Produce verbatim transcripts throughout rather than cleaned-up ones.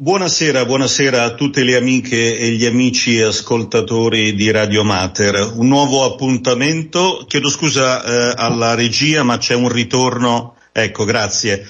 Buonasera, buonasera a tutte le amiche e gli amici ascoltatori di Radio Mater. Un nuovo appuntamento, chiedo scusa eh, alla regia, ma c'è un ritorno, ecco, grazie.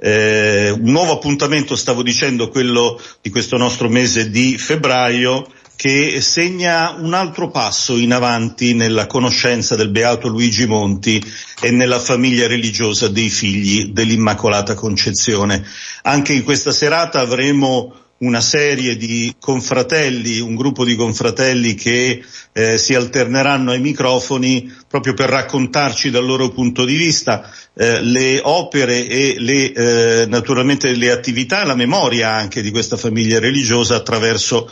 Eh, un nuovo appuntamento, stavo dicendo, quello di questo nostro mese di febbraio, che segna un altro passo in avanti nella conoscenza del Beato Luigi Monti e nella famiglia religiosa dei figli dell'Immacolata Concezione. Anche in questa serata avremo una serie di confratelli, un gruppo di confratelli che eh, si alterneranno ai microfoni proprio per raccontarci dal loro punto di vista eh, le opere e le eh, naturalmente le attività e la memoria anche di questa famiglia religiosa attraverso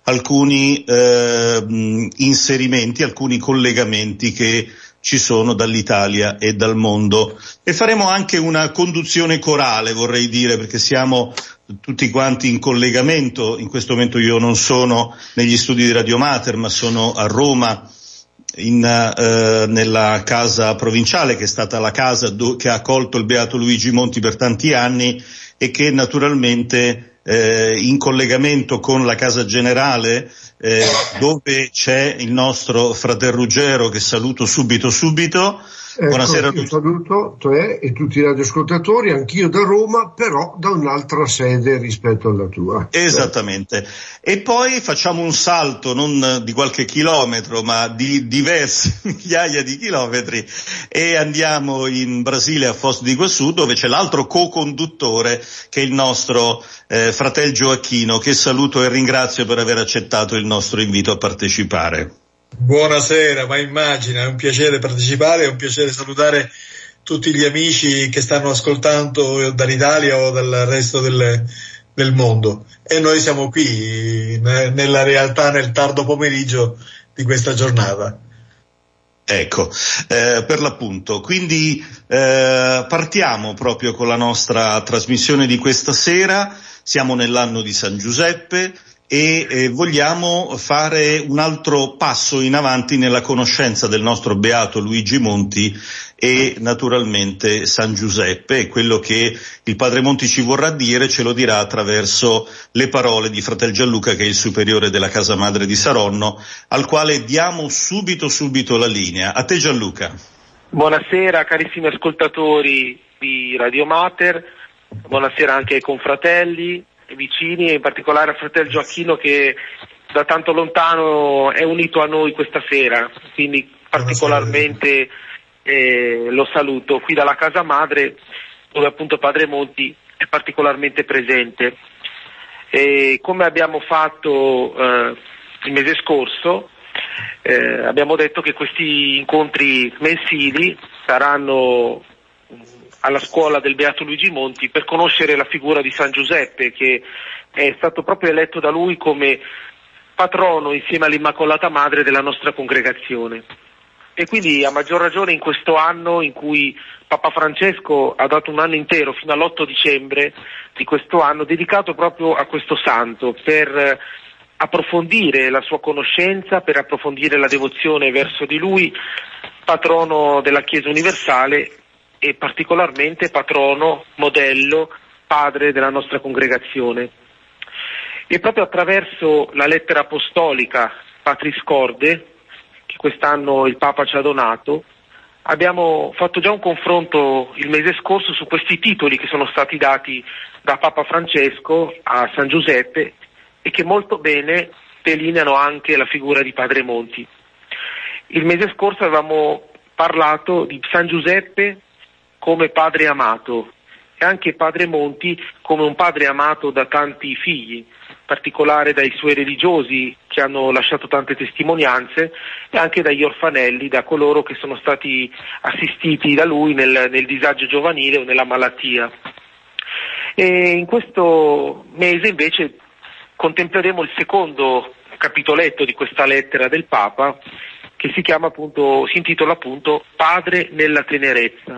alcuni eh, inserimenti, alcuni collegamenti che ci sono dall'Italia e dal mondo. E faremo anche una conduzione corale, vorrei dire, perché siamo tutti quanti in collegamento. In questo momento io non sono negli studi di Radio Mater, ma sono a Roma, in, eh, nella casa provinciale, che è stata la casa do, che ha accolto il Beato Luigi Monti per tanti anni e che naturalmente Eh, in collegamento con la Casa Generale, eh, dove c'è il nostro fratel Ruggero, che saluto subito subito. Ecco, buonasera a tutti. tutti. Saluto te e tutti i radioascoltatori, anch'io da Roma, però da un'altra sede rispetto alla tua. Esattamente. E poi facciamo un salto, non di qualche chilometro, ma di diverse migliaia di chilometri, e andiamo in Brasile, a Foz do Iguaçu, dove c'è l'altro co-conduttore, che è il nostro eh, fratel Gioacchino, che saluto e ringrazio per aver accettato il nostro invito a partecipare. Buonasera, ma immagina, è un piacere partecipare, è un piacere salutare tutti gli amici che stanno ascoltando dall'Italia o dal resto del, del mondo. E noi siamo qui nella realtà, nel tardo pomeriggio di questa giornata. Ecco, eh, per l'appunto, quindi eh, partiamo proprio con la nostra trasmissione di questa sera. Siamo nell'anno di San Giuseppe e eh, vogliamo fare un altro passo in avanti nella conoscenza del nostro Beato Luigi Monti e naturalmente San Giuseppe, e quello che il Padre Monti ci vorrà dire ce lo dirà attraverso le parole di fratel Gianluca, che è il superiore della Casa Madre di Saronno, al quale diamo subito subito la linea. A te Gianluca. Buonasera carissimi ascoltatori di Radio Mater, buonasera anche ai confratelli vicini e in particolare a fratel Gioacchino, che da tanto lontano è unito a noi questa sera, quindi particolarmente eh, lo saluto qui dalla casa madre, dove appunto Padre Monti è particolarmente presente. E come abbiamo fatto eh, il mese scorso, eh, abbiamo detto che questi incontri mensili saranno alla scuola del Beato Luigi Monti per conoscere la figura di San Giuseppe, che è stato proprio eletto da lui come patrono insieme all'Immacolata Madre della nostra congregazione. E quindi a maggior ragione in questo anno in cui Papa Francesco ha dato un anno intero fino all'otto dicembre di questo anno dedicato proprio a questo santo, per approfondire la sua conoscenza, per approfondire la devozione verso di lui, patrono della Chiesa universale e particolarmente patrono, modello, padre della nostra congregazione. E proprio attraverso la lettera apostolica Patris Corde, che quest'anno il Papa ci ha donato, abbiamo fatto già un confronto il mese scorso su questi titoli che sono stati dati da Papa Francesco a San Giuseppe e che molto bene delineano anche la figura di Padre Monti. Il mese scorso avevamo parlato di San Giuseppe come padre amato e anche Padre Monti come un padre amato da tanti figli, in particolare dai suoi religiosi che hanno lasciato tante testimonianze e anche dagli orfanelli, da coloro che sono stati assistiti da lui nel, nel disagio giovanile o nella malattia. E in questo mese invece contempleremo il secondo capitoletto di questa lettera del Papa, che si chiama appunto, si intitola appunto Padre nella tenerezza.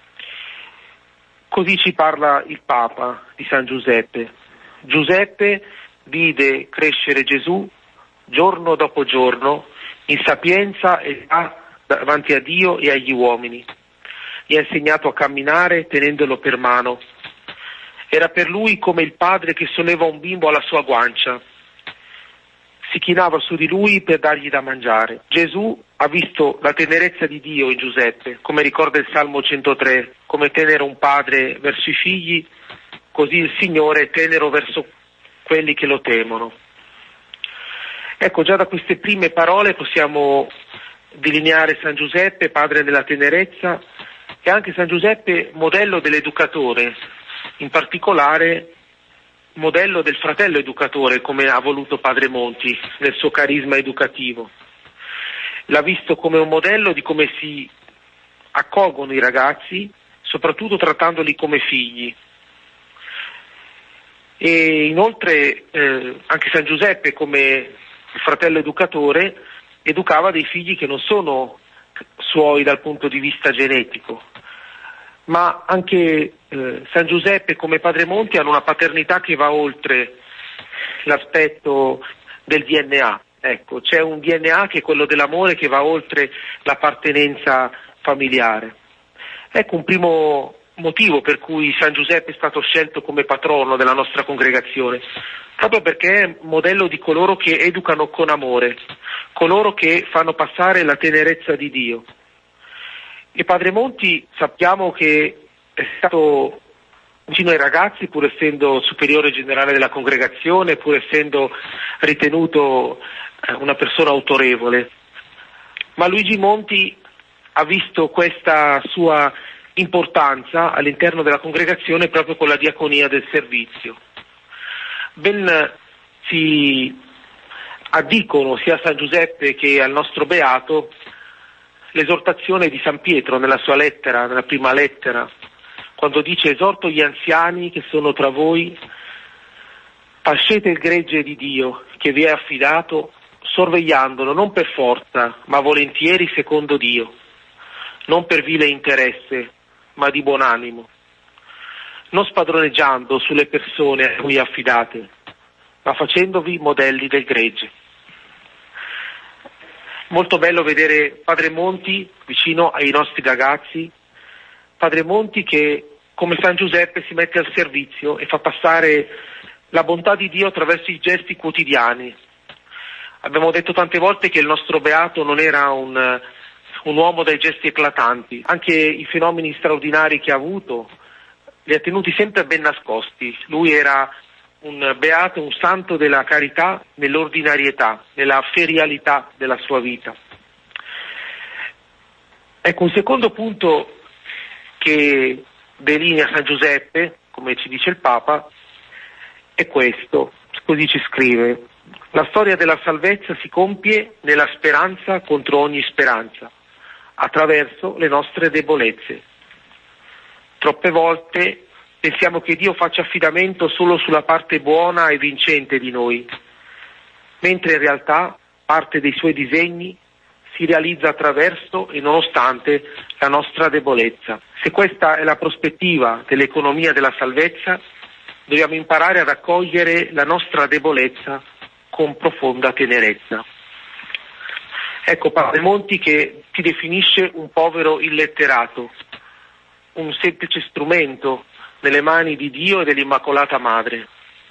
Così ci parla il Papa di San Giuseppe. Giuseppe vide crescere Gesù giorno dopo giorno in sapienza e davanti a Dio e agli uomini. Gli ha insegnato a camminare tenendolo per mano. Era per lui come il padre che solleva un bimbo alla sua guancia. Si chinava su di lui per dargli da mangiare. Gesù ha visto la tenerezza di Dio in Giuseppe, come ricorda il Salmo centotré, come tenero un padre verso i figli, così il Signore è tenero verso quelli che lo temono. Ecco, già da queste prime parole possiamo delineare San Giuseppe, padre della tenerezza, e anche San Giuseppe modello dell'educatore, in particolare modello del fratello educatore, come ha voluto Padre Monti nel suo carisma educativo. L'ha visto come un modello di come si accolgono i ragazzi, soprattutto trattandoli come figli. E inoltre eh, anche San Giuseppe, come il fratello educatore, educava dei figli che non sono suoi dal punto di vista genetico, ma anche eh, San Giuseppe come Padre Monti hanno una paternità che va oltre l'aspetto del D N A. Ecco, c'è un D N A che è quello dell'amore, che va oltre l'appartenenza familiare. Ecco un primo motivo per cui San Giuseppe è stato scelto come patrono della nostra congregazione, proprio perché è modello di coloro che educano con amore, coloro che fanno passare la tenerezza di Dio. E Padre Monti sappiamo che è stato vicino ai ragazzi, pur essendo superiore generale della congregazione, pur essendo ritenuto una persona autorevole. Ma Luigi Monti ha visto questa sua importanza all'interno della congregazione proprio con la diaconia del servizio. Ben si addicono sia a San Giuseppe che al nostro Beato l'esortazione di San Pietro nella sua lettera, nella prima lettera, quando dice: esorto gli anziani che sono tra voi, pascete il gregge di Dio che vi è affidato, sorvegliandolo non per forza, ma volentieri secondo Dio, non per vile interesse, ma di buon animo, non spadroneggiando sulle persone a cui affidate, ma facendovi modelli del gregge. Molto bello vedere Padre Monti vicino ai nostri ragazzi, Padre Monti che come San Giuseppe si mette al servizio e fa passare la bontà di Dio attraverso i gesti quotidiani. Abbiamo detto tante volte che il nostro Beato non era un, un uomo dai gesti eclatanti, anche i fenomeni straordinari che ha avuto li ha tenuti sempre ben nascosti. Lui era un beato, un santo della carità nell'ordinarietà, nella ferialità della sua vita. Ecco, un secondo punto che delinea San Giuseppe, come ci dice il Papa, è questo, così ci scrive: la storia della salvezza si compie nella speranza contro ogni speranza, attraverso le nostre debolezze. Troppe volte pensiamo che Dio faccia affidamento solo sulla parte buona e vincente di noi, mentre in realtà parte dei suoi disegni si realizza attraverso e nonostante la nostra debolezza. Se questa è la prospettiva dell'economia della salvezza, dobbiamo imparare ad accogliere la nostra debolezza con profonda tenerezza. Ecco Padre Monti che ti definisce un povero illetterato, un semplice strumento nelle mani di Dio e dell'Immacolata Madre.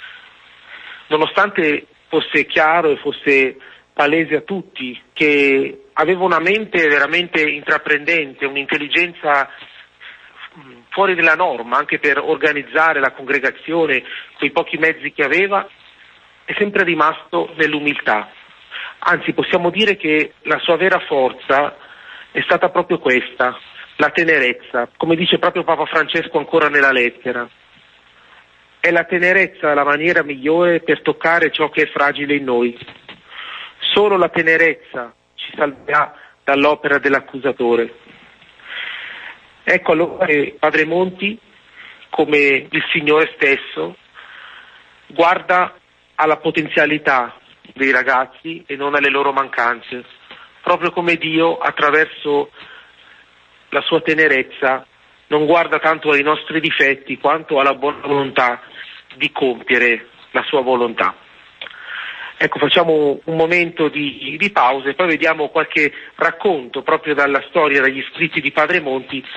Nonostante fosse chiaro e fosse palese a tutti che aveva una mente veramente intraprendente, un'intelligenza fuori dalla norma anche per organizzare la congregazione con i pochi mezzi che aveva, è sempre rimasto nell'umiltà. Anzi, possiamo dire che la sua vera forza è stata proprio questa, la tenerezza, come dice proprio Papa Francesco ancora nella lettera. È la tenerezza la maniera migliore per toccare ciò che è fragile in noi. Solo la tenerezza ci salverà dall'opera dell'accusatore. Ecco allora che Padre Monti, come il Signore stesso, guarda alla potenzialità dei ragazzi e non alle loro mancanze, proprio come Dio attraverso la sua tenerezza non guarda tanto ai nostri difetti quanto alla buona volontà di compiere la sua volontà. Ecco, facciamo un momento di, di pausa e poi vediamo qualche racconto proprio dalla storia, dagli scritti di Padre Monti,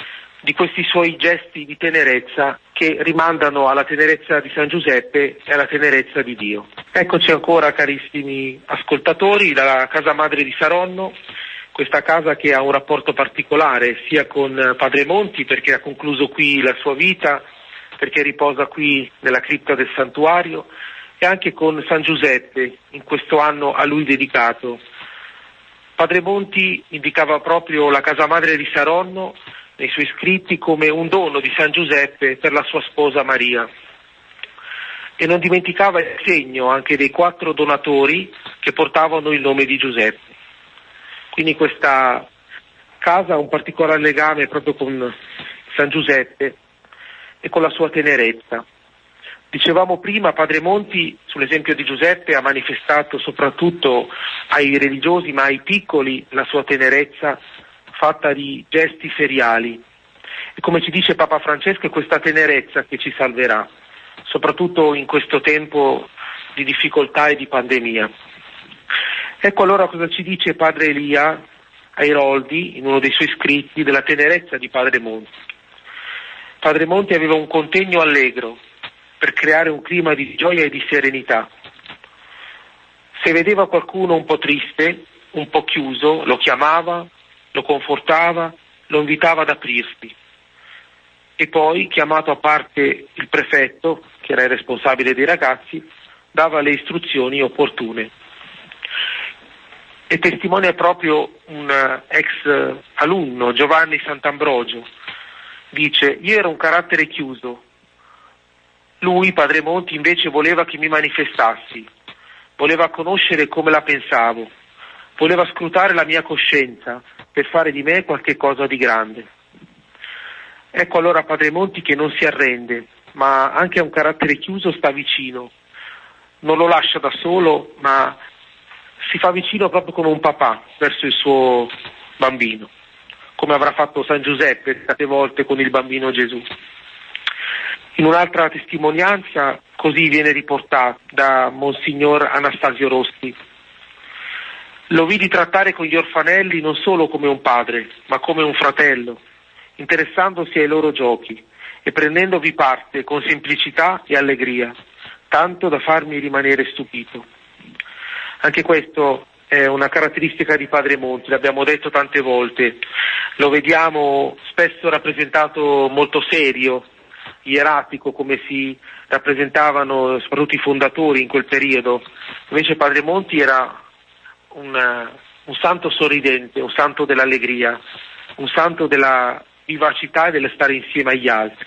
di questi suoi gesti di tenerezza che rimandano alla tenerezza di San Giuseppe e alla tenerezza di Dio. Eccoci ancora, carissimi ascoltatori, dalla casa madre di Saronno, questa casa che ha un rapporto particolare sia con Padre Monti, perché ha concluso qui la sua vita, perché riposa qui nella cripta del santuario, e anche con San Giuseppe, in questo anno a lui dedicato. Padre Monti indicava proprio la casa madre di Saronno nei suoi scritti come un dono di San Giuseppe per la sua sposa Maria, e non dimenticava il segno anche dei quattro donatori che portavano il nome di Giuseppe. Quindi questa casa ha un particolare legame proprio con San Giuseppe e con la sua tenerezza. Dicevamo prima, Padre Monti, sull'esempio di Giuseppe, ha manifestato soprattutto ai religiosi, ma ai piccoli, la sua tenerezza fatta di gesti feriali. E come ci dice Papa Francesco, è questa tenerezza che ci salverà, soprattutto in questo tempo di difficoltà e di pandemia. Ecco allora cosa ci dice Padre Elia Airoldi in uno dei suoi scritti della tenerezza di Padre Monti. Padre Monti aveva un contegno allegro per creare un clima di gioia e di serenità. Se vedeva qualcuno un po' triste, un po' chiuso, lo chiamava, lo confortava, lo invitava ad aprirsi. E poi, chiamato a parte il prefetto, che era il responsabile dei ragazzi, dava le istruzioni opportune. E testimonia proprio un ex alunno, Giovanni Sant'Ambrogio. Dice: io ero un carattere chiuso. Lui, Padre Monti, invece voleva che mi manifestassi, voleva conoscere come la pensavo, voleva scrutare la mia coscienza per fare di me qualche cosa di grande. Ecco allora Padre Monti che non si arrende, ma anche a un carattere chiuso sta vicino, non lo lascia da solo, ma si fa vicino proprio come un papà verso il suo bambino, come avrà fatto San Giuseppe tante volte con il bambino Gesù. In un'altra testimonianza così viene riportato da Monsignor Anastasio Rossi: lo vidi trattare con gli orfanelli non solo come un padre, ma come un fratello, interessandosi ai loro giochi e prendendovi parte con semplicità e allegria, tanto da farmi rimanere stupito. Anche questo è una caratteristica di Padre Monti, l'abbiamo detto tante volte, lo vediamo spesso rappresentato molto serio, ieratico, come si rappresentavano soprattutto i fondatori in quel periodo. Invece Padre Monti era un, un santo sorridente, un santo dell'allegria, un santo della vivacità e dello stare insieme agli altri.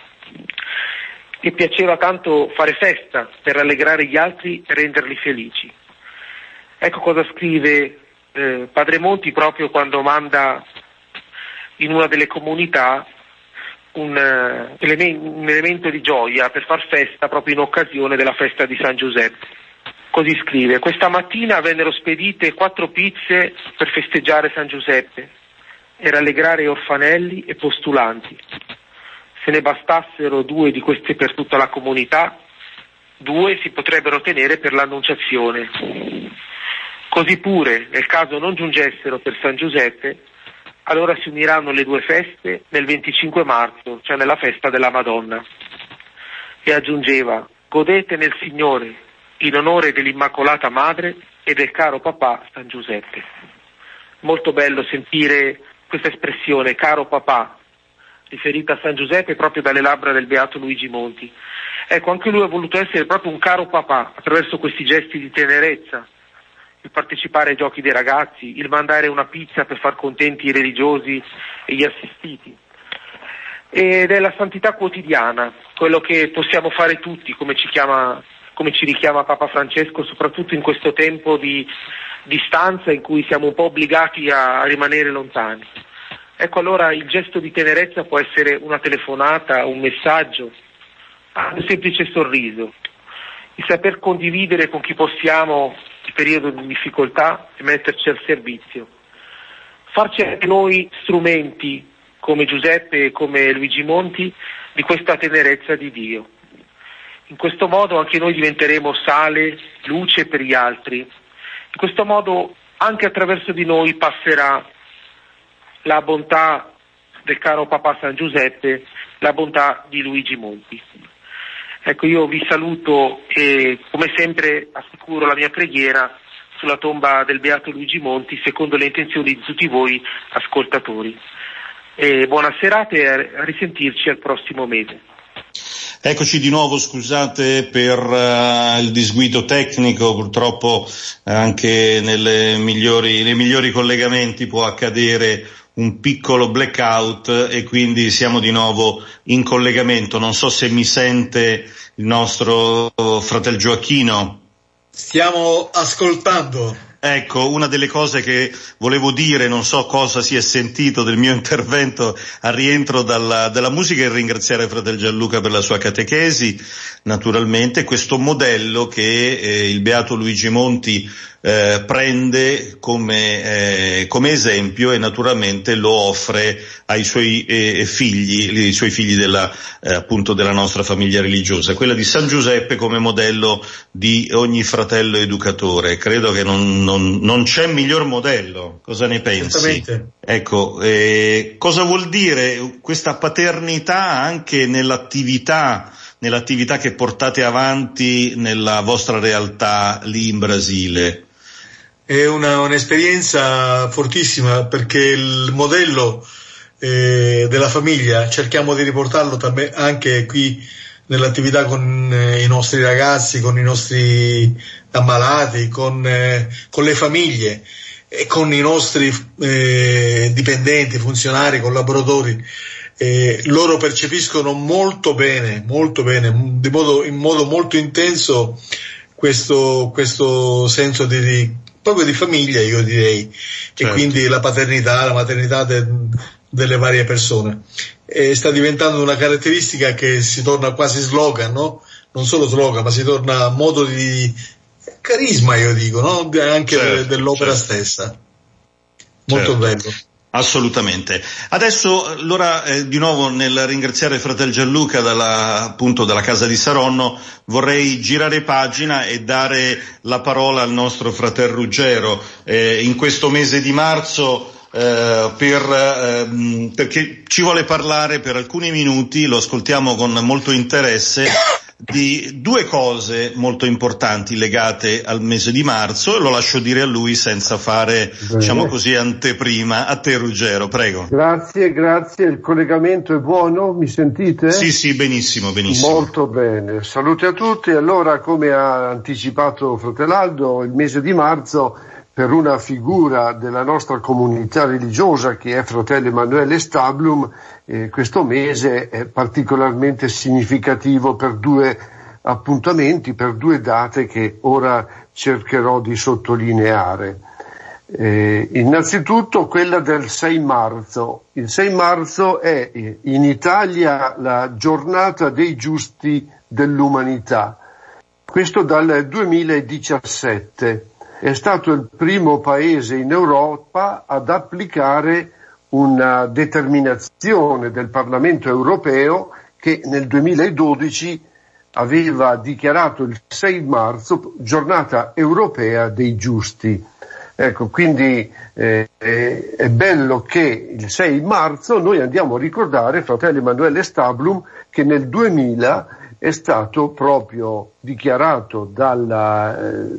E piaceva tanto fare festa per rallegrare gli altri e renderli felici. Ecco cosa scrive eh, Padre Monti proprio quando manda in una delle comunità un, uh, element- un elemento di gioia per far festa proprio in occasione della festa di San Giuseppe. Così scrive: questa mattina vennero spedite quattro pizze per festeggiare San Giuseppe e rallegrare orfanelli e postulanti. Se ne bastassero due di queste per tutta la comunità, due si potrebbero tenere per l'Annunciazione. Così pure, nel caso non giungessero per San Giuseppe, allora si uniranno le due feste nel venticinque marzo, cioè nella festa della Madonna. E aggiungeva: godete nel Signore, in onore dell'Immacolata Madre e del caro papà San Giuseppe. Molto bello sentire questa espressione, caro papà, riferita a San Giuseppe proprio dalle labbra del beato Luigi Monti. Ecco, anche lui ha voluto essere proprio un caro papà attraverso questi gesti di tenerezza, il partecipare ai giochi dei ragazzi, il mandare una pizza per far contenti i religiosi e gli assistiti. Ed è la santità quotidiana, quello che possiamo fare tutti, come ci chiama, come ci richiama Papa Francesco, soprattutto in questo tempo di distanza in cui siamo un po' obbligati a rimanere lontani. Ecco allora il gesto di tenerezza può essere una telefonata, un messaggio, un semplice sorriso, il saper condividere con chi possiamo il periodo di difficoltà e metterci al servizio. Farci anche noi strumenti, come Giuseppe e come Luigi Monti, di questa tenerezza di Dio. In questo modo anche noi diventeremo sale, luce per gli altri. In questo modo anche attraverso di noi passerà la bontà del caro papà San Giuseppe, la bontà di Luigi Monti. Ecco, io vi saluto e come sempre assicuro la mia preghiera sulla tomba del beato Luigi Monti, secondo le intenzioni di tutti voi ascoltatori. E buona serata e a risentirci al prossimo mese. Eccoci di nuovo, scusate per uh, il disguido tecnico, purtroppo eh, anche nelle migliori, nei migliori collegamenti può accadere un piccolo blackout e quindi siamo di nuovo in collegamento. Non so se mi sente il nostro fratel Gioacchino. Stiamo ascoltando. Ecco, una delle cose che volevo dire, non so cosa si è sentito del mio intervento al rientro dalla, dalla musica, e ringraziare fratel Gianluca per la sua catechesi, naturalmente, questo modello che eh, il beato Luigi Monti eh, prende come, eh, come esempio e naturalmente lo offre ai suoi eh, figli, i suoi figli della, eh, appunto della nostra famiglia religiosa, quella di San Giuseppe come modello di ogni fratello educatore. Credo che non, non, non c'è miglior modello. Cosa ne pensi? Ecco, eh, cosa vuol dire questa paternità anche nell'attività nell'attività che portate avanti nella vostra realtà lì in Brasile? È una, un'esperienza fortissima, perché il modello eh, della famiglia cerchiamo di riportarlo tam- anche qui nell'attività con eh, i nostri ragazzi, con i nostri ammalati, con, eh, con le famiglie e con i nostri eh, dipendenti, funzionari, collaboratori. Eh, loro percepiscono molto bene, molto bene, di modo, in modo molto intenso questo, questo senso di, di proprio di famiglia, io direi, certo. E quindi la paternità, la maternità de, delle varie persone. E sta diventando una caratteristica che si torna quasi slogan, no? Non solo slogan, ma si torna modo di carisma, io dico, no? Anche certo, dell'opera certo. stessa. Molto certo. bello. Assolutamente. Adesso, allora, eh, di nuovo nel ringraziare fratel Gianluca dalla, appunto dalla casa di Saronno, vorrei girare pagina e dare la parola al nostro fratel Ruggero. Eh, in questo mese di marzo, eh, per, eh, perché ci vuole parlare per alcuni minuti, lo ascoltiamo con molto interesse, di due cose molto importanti legate al mese di marzo, e lo lascio dire a lui senza fare, bene, diciamo così, anteprima. A te Ruggero, prego. Grazie, grazie. Il collegamento è buono? Mi sentite? Sì, sì, benissimo, benissimo. Molto bene. Saluti a tutti. Allora, come ha anticipato fratel Aldo, il mese di marzo, per una figura della nostra comunità religiosa che è fratello Emanuele Stablum, eh, questo mese è particolarmente significativo per due appuntamenti, per due date che ora cercherò di sottolineare. Eh, innanzitutto quella del sei marzo. Il sei marzo è in Italia la giornata dei giusti dell'umanità. Questo dal duemiladiciassette. È stato il primo paese in Europa ad applicare una determinazione del Parlamento europeo che nel duemiladodici aveva dichiarato il sei marzo giornata europea dei giusti. Ecco, quindi eh, è bello che il sei marzo noi andiamo a ricordare fratello Emanuele Stablum, che nel duemila è stato proprio dichiarato dalla eh,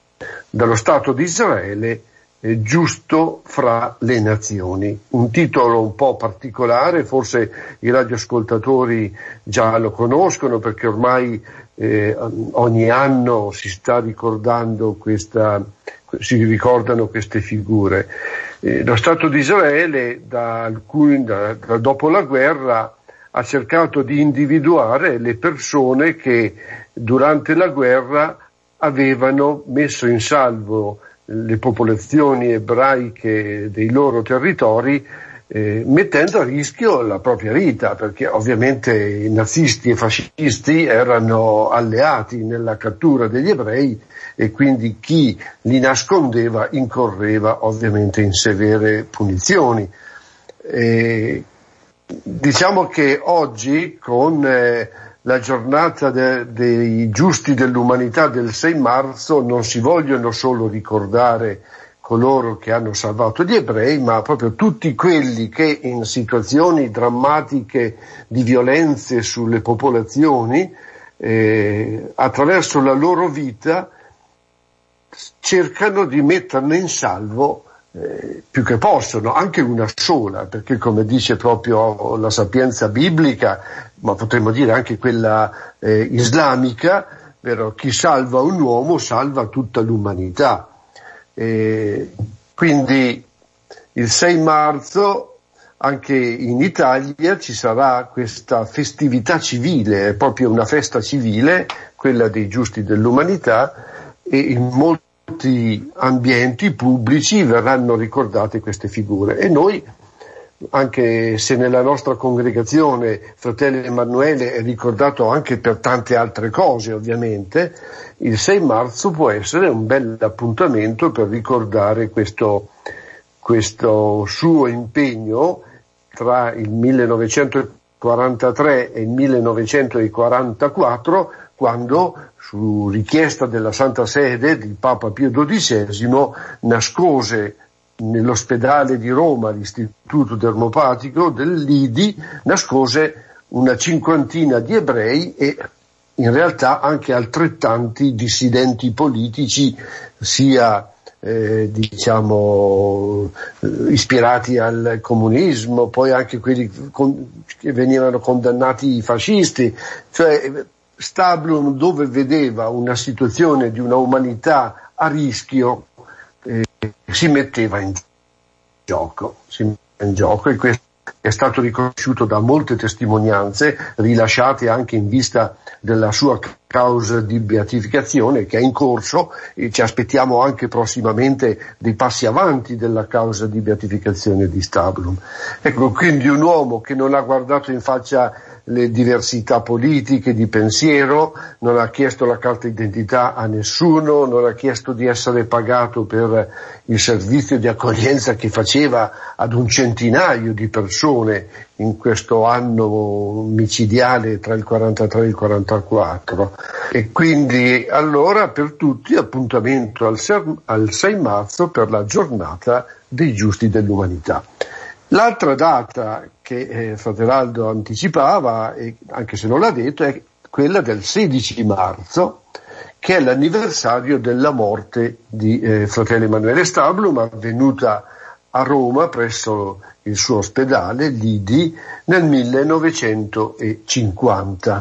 dallo Stato di Israele eh, giusto fra le nazioni. Un titolo un po' particolare, forse i radioascoltatori già lo conoscono perché ormai eh, ogni anno si sta ricordando questa, si ricordano queste figure. Eh, lo Stato di Israele da, alcuni, da, da dopo la guerra ha cercato di individuare le persone che durante la guerra avevano messo in salvo le popolazioni ebraiche dei loro territori, eh, mettendo a rischio la propria vita, perché ovviamente i nazisti e fascisti erano alleati nella cattura degli ebrei e quindi chi li nascondeva incorreva ovviamente in severe punizioni. E diciamo che oggi con eh, la giornata de, dei giusti dell'umanità del sei marzo non si vogliono solo ricordare coloro che hanno salvato gli ebrei, ma proprio tutti quelli che in situazioni drammatiche di violenze sulle popolazioni, eh, attraverso la loro vita, cercano di metterne in salvo eh, più che possono, anche una sola, perché come dice proprio la sapienza biblica, ma potremmo dire anche quella eh, islamica, vero, chi salva un uomo salva tutta l'umanità. E quindi il sei marzo anche in Italia ci sarà questa festività civile, è proprio una festa civile, quella dei giusti dell'umanità, e in molti ambienti pubblici verranno ricordate queste figure. E noi, anche se nella nostra congregazione Fratello Emanuele è ricordato anche per tante altre cose ovviamente, il sei marzo può essere un bel appuntamento per ricordare questo, questo suo impegno tra il millenovecentoquarantatré e il millenovecentoquarantaquattro, quando su richiesta della Santa Sede di Papa Pio dodicesimo nascose nell'ospedale di Roma, l'istituto dermopatico dell'I D I, nascose una cinquantina di ebrei e in realtà anche altrettanti dissidenti politici, sia eh, diciamo eh, ispirati al comunismo, poi anche quelli con, che venivano condannati fascisti, cioè Stablum, dove vedeva una situazione di una umanità a rischio, eh, si metteva in gioco, si metteva in gioco, e questo è stato riconosciuto da molte testimonianze rilasciate anche in vista della sua causa di beatificazione che è in corso, e ci aspettiamo anche prossimamente dei passi avanti della causa di beatificazione di Stablum. Ecco, quindi un uomo che non ha guardato in faccia le diversità politiche di pensiero, non ha chiesto la carta d'identità a nessuno, non ha chiesto di essere pagato per il servizio di accoglienza che faceva ad un centinaio di persone in questo anno micidiale tra il quarantatré e il quarantaquattro. E quindi allora per tutti appuntamento al sei marzo per la giornata dei giusti dell'umanità. L'altra data che eh, Fratelaldo anticipava, e anche se non l'ha detto, è quella del sedici marzo, che è l'anniversario della morte di eh, Fratello Emanuele Stablum, avvenuta a Roma presso il suo ospedale, l'I D I, nel millenovecentocinquanta.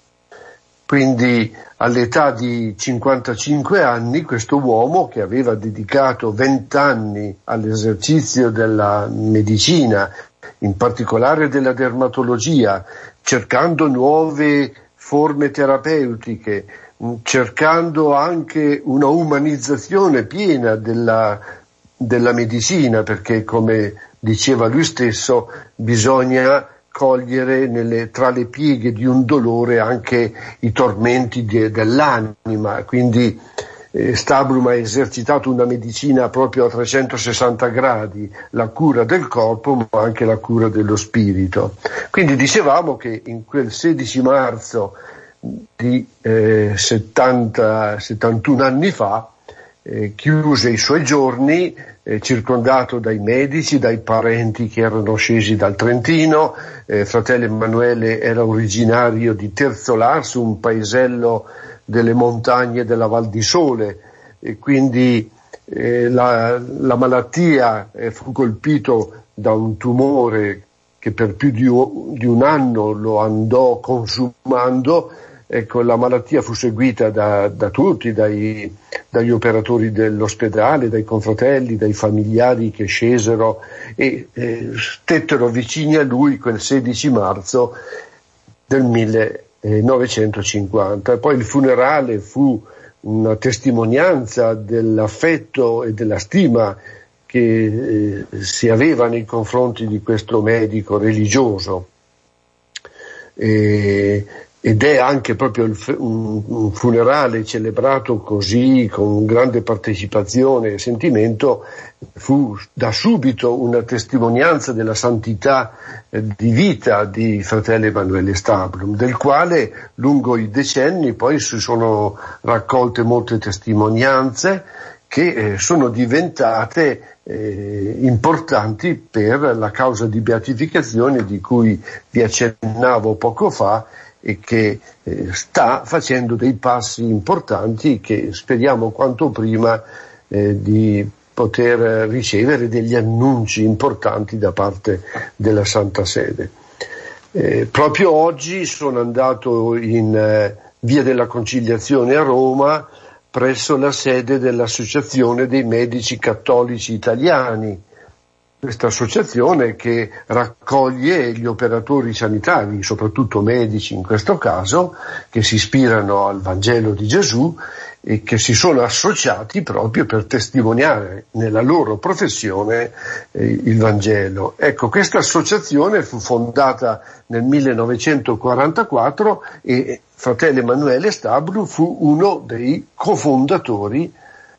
Quindi all'età di cinquantacinque anni questo uomo, che aveva dedicato vent'anni all'esercizio della medicina, in particolare della dermatologia, cercando nuove forme terapeutiche, cercando anche una umanizzazione piena della, della medicina, perché come diceva lui stesso bisogna cogliere nelle, tra le pieghe di un dolore anche i tormenti di, dell'anima, quindi eh, Stablum ha esercitato una medicina proprio a trecentosessanta gradi, la cura del corpo ma anche la cura dello spirito. Quindi dicevamo che in quel sedici marzo di eh, settanta, settantuno anni fa eh, chiuse i suoi giorni, eh, circondato dai medici, dai parenti che erano scesi dal Trentino. eh, fratello Emanuele era originario di Terzo Larso, un paesello delle montagne della Val di Sole, e quindi eh, la, la malattia eh, fu colpito da un tumore che per più di, di un anno lo andò consumando. Ecco, la malattia fu seguita da, da tutti, dai, dagli operatori dell'ospedale, dai confratelli, dai familiari che scesero e eh, stettero vicini a lui quel sedici marzo del millenovecentocinquanta. E poi il funerale fu una testimonianza dell'affetto e della stima che eh, si aveva nei confronti di questo medico religioso. E, ed è anche proprio il, un, un funerale celebrato così, con grande partecipazione e sentimento, fu da subito una testimonianza della santità eh, di vita di fratello Emanuele Stablum, del quale lungo i decenni poi si sono raccolte molte testimonianze che eh, sono diventate eh, importanti per la causa di beatificazione di cui vi accennavo poco fa e che eh, sta facendo dei passi importanti che speriamo quanto prima eh, di poter ricevere degli annunci importanti da parte della Santa Sede. Eh, proprio oggi sono andato in eh, Via della Conciliazione a Roma, presso la sede dell'Associazione dei Medici Cattolici Italiani, questa associazione che raccoglie gli operatori sanitari, soprattutto medici in questo caso, che si ispirano al Vangelo di Gesù e che si sono associati proprio per testimoniare nella loro professione eh, il Vangelo. Ecco, questa associazione fu fondata nel millenovecentoquarantaquattro e fratello Emanuele Stablu fu uno dei cofondatori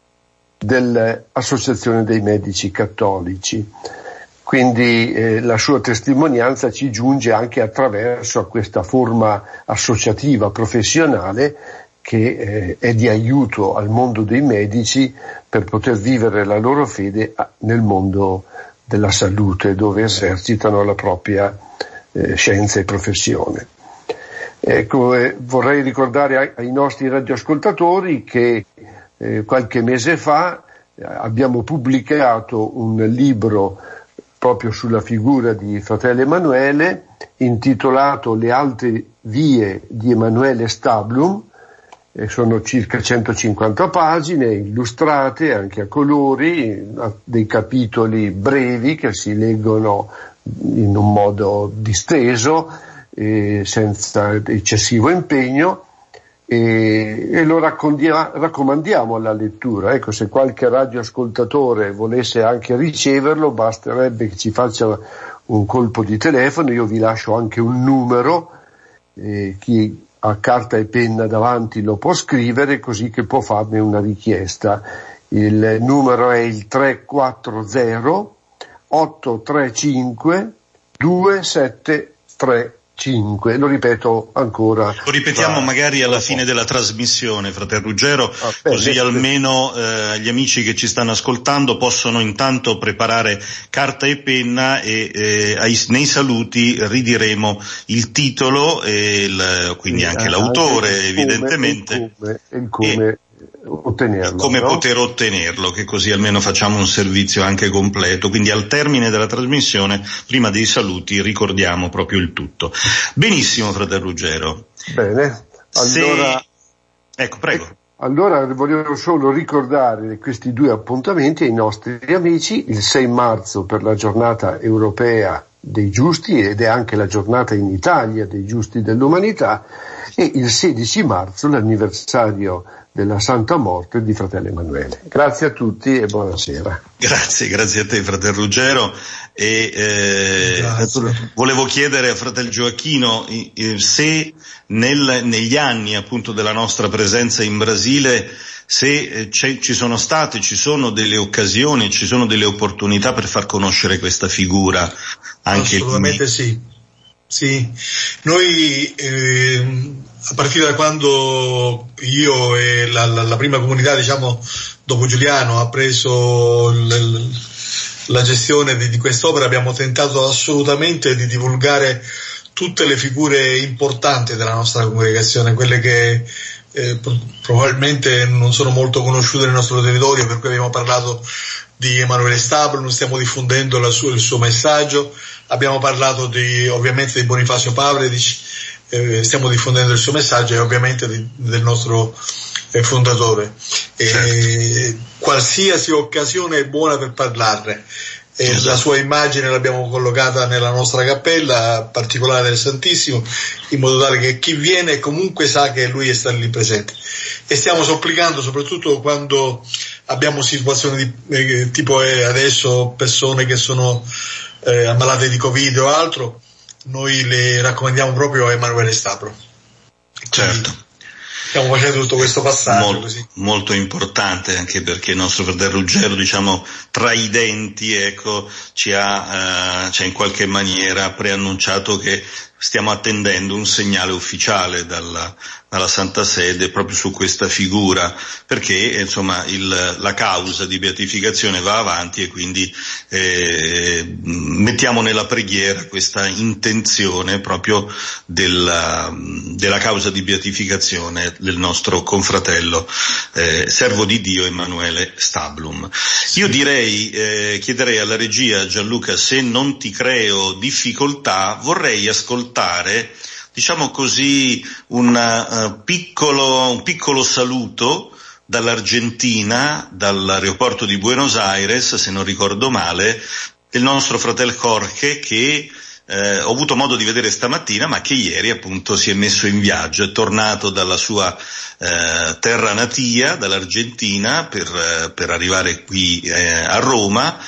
dell'Associazione dei Medici Cattolici. Quindi eh, la sua testimonianza ci giunge anche attraverso questa forma associativa professionale che eh, è di aiuto al mondo dei medici per poter vivere la loro fede nel mondo della salute, dove esercitano la propria eh, scienza e professione. Ecco, eh, vorrei ricordare ai, ai nostri radioascoltatori che eh, qualche mese fa eh, abbiamo pubblicato un libro proprio sulla figura di fratello Emanuele, intitolato Le alte vie di Emanuele Stablum. E sono circa centocinquanta pagine illustrate anche a colori, dei capitoli brevi che si leggono in un modo disteso, eh, senza eccessivo impegno, e, e lo raccomandiamo alla lettura. Ecco, se qualche radioascoltatore volesse anche riceverlo, basterebbe che ci faccia un colpo di telefono. Io vi lascio anche un numero, eh, chi a carta e penna davanti lo può scrivere, così che può farmi una richiesta. Il numero è il tre quattro zero otto tre cinque due sette tre cinque. Lo ripeto ancora. Lo ripetiamo magari alla fine della trasmissione, fratello Ruggero, ah, beh, così beh, almeno eh, gli amici che ci stanno ascoltando possono intanto preparare carta e penna e eh, ai, nei saluti ridiremo il titolo e il, quindi anche eh, l'autore, anche il evidentemente. Come, il come, il come e, ottenerlo, come no? poter ottenerlo, che così almeno facciamo un servizio anche completo. Quindi al termine della trasmissione, prima dei saluti, ricordiamo proprio il tutto. Benissimo, fratello Ruggero. Bene, allora... Se... Ecco, prego. Allora volevo solo ricordare questi due appuntamenti ai nostri amici: il sei marzo per la giornata europea dei giusti, ed è anche la giornata in Italia dei giusti dell'umanità, e il sedici marzo l'anniversario della Santa Morte di fratello Emanuele. Grazie a tutti e buonasera. Grazie, grazie a te, fratello Ruggero. E eh, volevo chiedere a fratello Gioacchino eh, se nel, negli anni appunto della nostra presenza in Brasile, se eh, ci sono state, ci sono delle occasioni, ci sono delle opportunità per far conoscere questa figura anche. Assolutamente lì. Sì. Sì, noi eh, a partire da quando io e la, la, la prima comunità, diciamo, dopo Giuliano ha preso l, la gestione di, di quest'opera, abbiamo tentato assolutamente di divulgare tutte le figure importanti della nostra congregazione, quelle che eh, probabilmente non sono molto conosciute nel nostro territorio, per cui abbiamo parlato di Emanuele Stablo, stiamo diffondendo la sua, il suo messaggio. Abbiamo parlato di, ovviamente, di Bonifacio Pavledic, eh, stiamo diffondendo il suo messaggio, e ovviamente di, del nostro eh, fondatore. Certo. E qualsiasi occasione è buona per parlarne. E esatto. La sua immagine l'abbiamo collocata nella nostra cappella particolare del Santissimo, in modo tale che chi viene comunque sa che lui è stato lì presente. E stiamo supplicando, soprattutto quando abbiamo situazioni di, eh, tipo eh, adesso persone che sono eh, ammalate di Covid o altro, noi le raccomandiamo proprio a Emanuele Stablo. Certo. Stiamo facendo tutto questo passaggio Mol, così. Molto importante, anche perché il nostro fratello Ruggero, diciamo, tra i denti, ecco, ci ha, eh, ci ha in qualche maniera preannunciato che stiamo attendendo un segnale ufficiale dalla, alla Santa Sede proprio su questa figura, perché insomma il, la causa di beatificazione va avanti e quindi eh, mettiamo nella preghiera questa intenzione proprio della, della causa di beatificazione del nostro confratello eh, servo di Dio Emanuele Stablum. Io direi, eh, chiederei alla regia, Gianluca, se non ti creo difficoltà, vorrei ascoltare, diciamo così, un uh, piccolo, un piccolo saluto dall'Argentina, dall'aeroporto di Buenos Aires, se non ricordo male, del nostro fratello Jorge, che eh, ho avuto modo di vedere stamattina, ma che ieri appunto si è messo in viaggio, è tornato dalla sua eh, terra natia, dall'Argentina, per, eh, per arrivare qui eh, a Roma,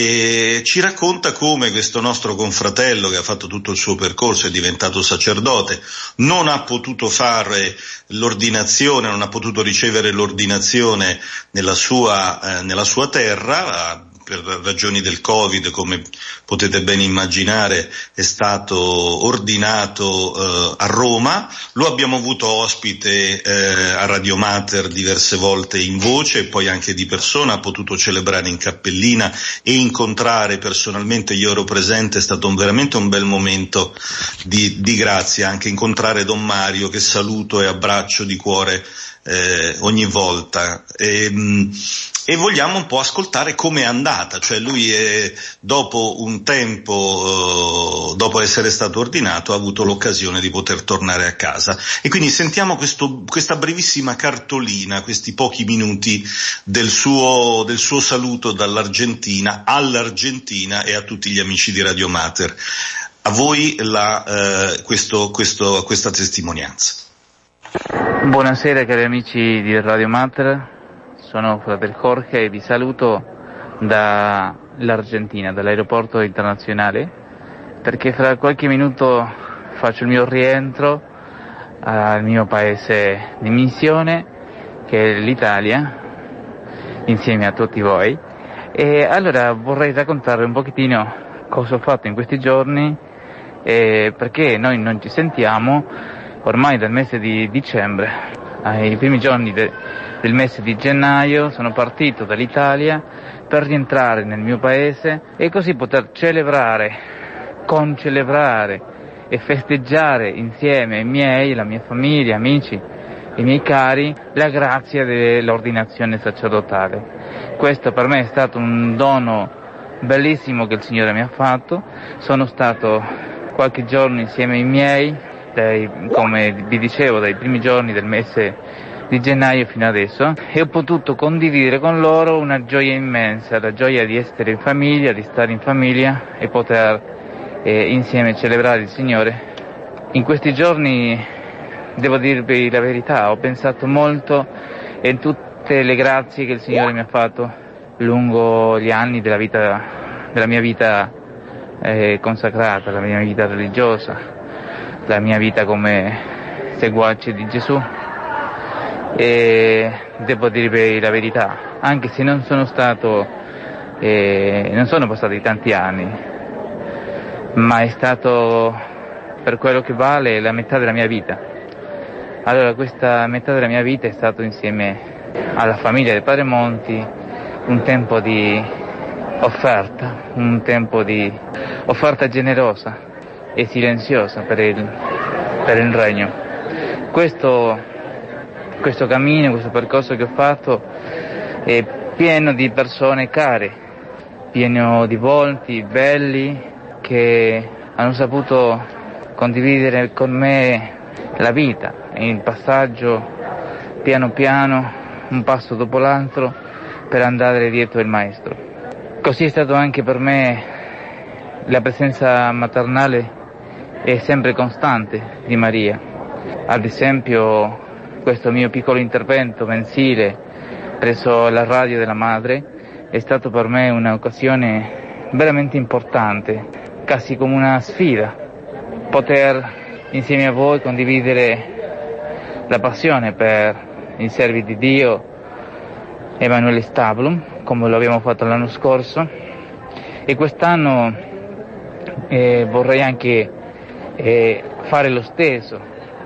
e ci racconta come questo nostro confratello, che ha fatto tutto il suo percorso, è diventato sacerdote, non ha potuto fare l'ordinazione, non ha potuto ricevere l'ordinazione nella sua, eh, nella sua terra, per ragioni del Covid, come potete ben immaginare, è stato ordinato eh, a Roma. Lo abbiamo avuto ospite eh, a Radio Mater diverse volte in voce e poi anche di persona, ha potuto celebrare in cappellina e incontrare personalmente, io ero presente, è stato un, veramente un bel momento di, di grazia, anche incontrare Don Mario, che saluto e abbraccio di cuore Eh, ogni volta, e, e vogliamo un po' ascoltare come è andata, cioè lui è, dopo un tempo, eh, dopo essere stato ordinato, ha avuto l'occasione di poter tornare a casa, e quindi sentiamo questo, questa brevissima cartolina, questi pochi minuti del suo, del suo saluto dall'Argentina, all'Argentina e a tutti gli amici di Radio Mater. A voi la, eh, questo, questo, questa testimonianza. Buonasera cari amici di Radio Mater, sono fratello Jorge e vi saluto dall'Argentina, dall'aeroporto internazionale, perché fra qualche minuto faccio il mio rientro al mio paese di missione, che è l'Italia, insieme a tutti voi. E allora vorrei raccontare un pochettino cosa ho fatto in questi giorni, eh, perché noi non ci sentiamo ormai dal mese di dicembre. Ai primi giorni de, del mese di gennaio sono partito dall'Italia per rientrare nel mio paese e così poter celebrare, concelebrare e festeggiare insieme ai miei, la mia famiglia, amici, i miei cari, la grazia dell'ordinazione sacerdotale. Questo per me è stato un dono bellissimo che il Signore mi ha fatto. Sono stato qualche giorno insieme ai miei, Dai, come vi dicevo, dai primi giorni del mese di gennaio fino adesso, e ho potuto condividere con loro una gioia immensa, la gioia di essere in famiglia, di stare in famiglia e poter eh, insieme celebrare il Signore. In questi giorni, devo dirvi la verità, ho pensato molto in tutte le grazie che il Signore mi ha fatto lungo gli anni della vita, della mia vita eh, consacrata, la mia vita religiosa, la mia vita come seguace di Gesù. E devo dirvi la verità, anche se non sono stato, eh, non sono passati tanti anni, ma è stato, per quello che vale, la metà della mia vita. Allora questa metà della mia vita è stato insieme alla famiglia del Padre Monti un tempo di offerta, un tempo di offerta generosa e silenziosa per il, per il regno. Questo, questo cammino, questo percorso che ho fatto è pieno di persone care, pieno di volti belli che hanno saputo condividere con me la vita, il passaggio piano piano, un passo dopo l'altro, per andare dietro il Maestro. Così è stato anche per me. La presenza maternale è sempre costante di Maria. Ad esempio questo mio piccolo intervento mensile presso la radio della madre è stato per me un'occasione veramente importante, quasi come una sfida, poter insieme a voi condividere la passione per il servo di Dio Emanuele Stablum, come lo abbiamo fatto l'anno scorso, e quest'anno eh, vorrei anche eh, fare lo stesso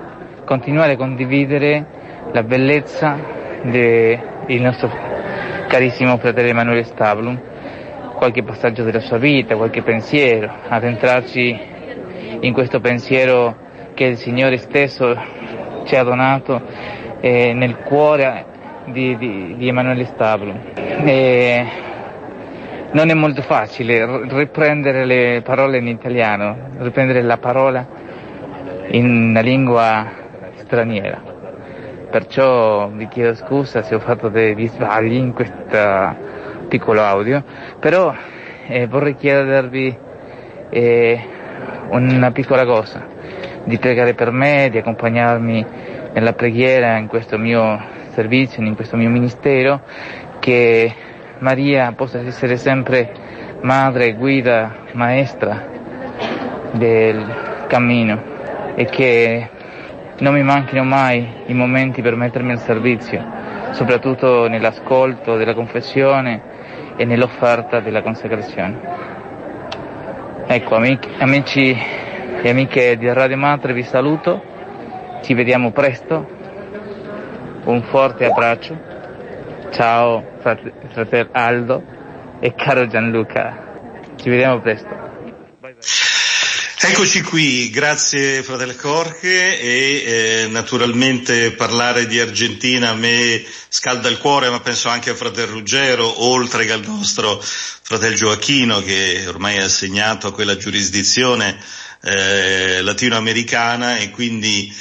continuare a condividere la bellezza del nostro carissimo fratello Emanuele Stablum, qualche passaggio della sua vita, qualche pensiero, addentrarci in questo pensiero che il Signore stesso ci ha donato eh, nel cuore di, di, di Emanuele Stablum. E non è molto facile riprendere le parole in italiano, riprendere la parola in una lingua straniera. Perciò vi chiedo scusa se ho fatto degli sbagli in questo piccolo audio, però eh, vorrei chiedervi eh, una piccola cosa, di pregare per me, di accompagnarmi nella preghiera in questo mio servizio, in questo mio ministero, che Maria possa essere sempre madre, guida, maestra del cammino e che non mi manchino mai i momenti per mettermi al servizio, soprattutto nell'ascolto della confessione e nell'offerta della consacrazione. Ecco, amici, amici e amiche di Radio Mater, vi saluto, ci vediamo presto, un forte abbraccio, ciao frate, fratello Aldo e caro Gianluca, ci vediamo presto. Bye bye. Eccoci qui, grazie fratello Jorge, e eh, naturalmente parlare di Argentina a me scalda il cuore, ma penso anche a fratello Ruggero, oltre che al nostro fratello Gioacchino, che ormai è assegnato a quella giurisdizione eh, latinoamericana, e quindi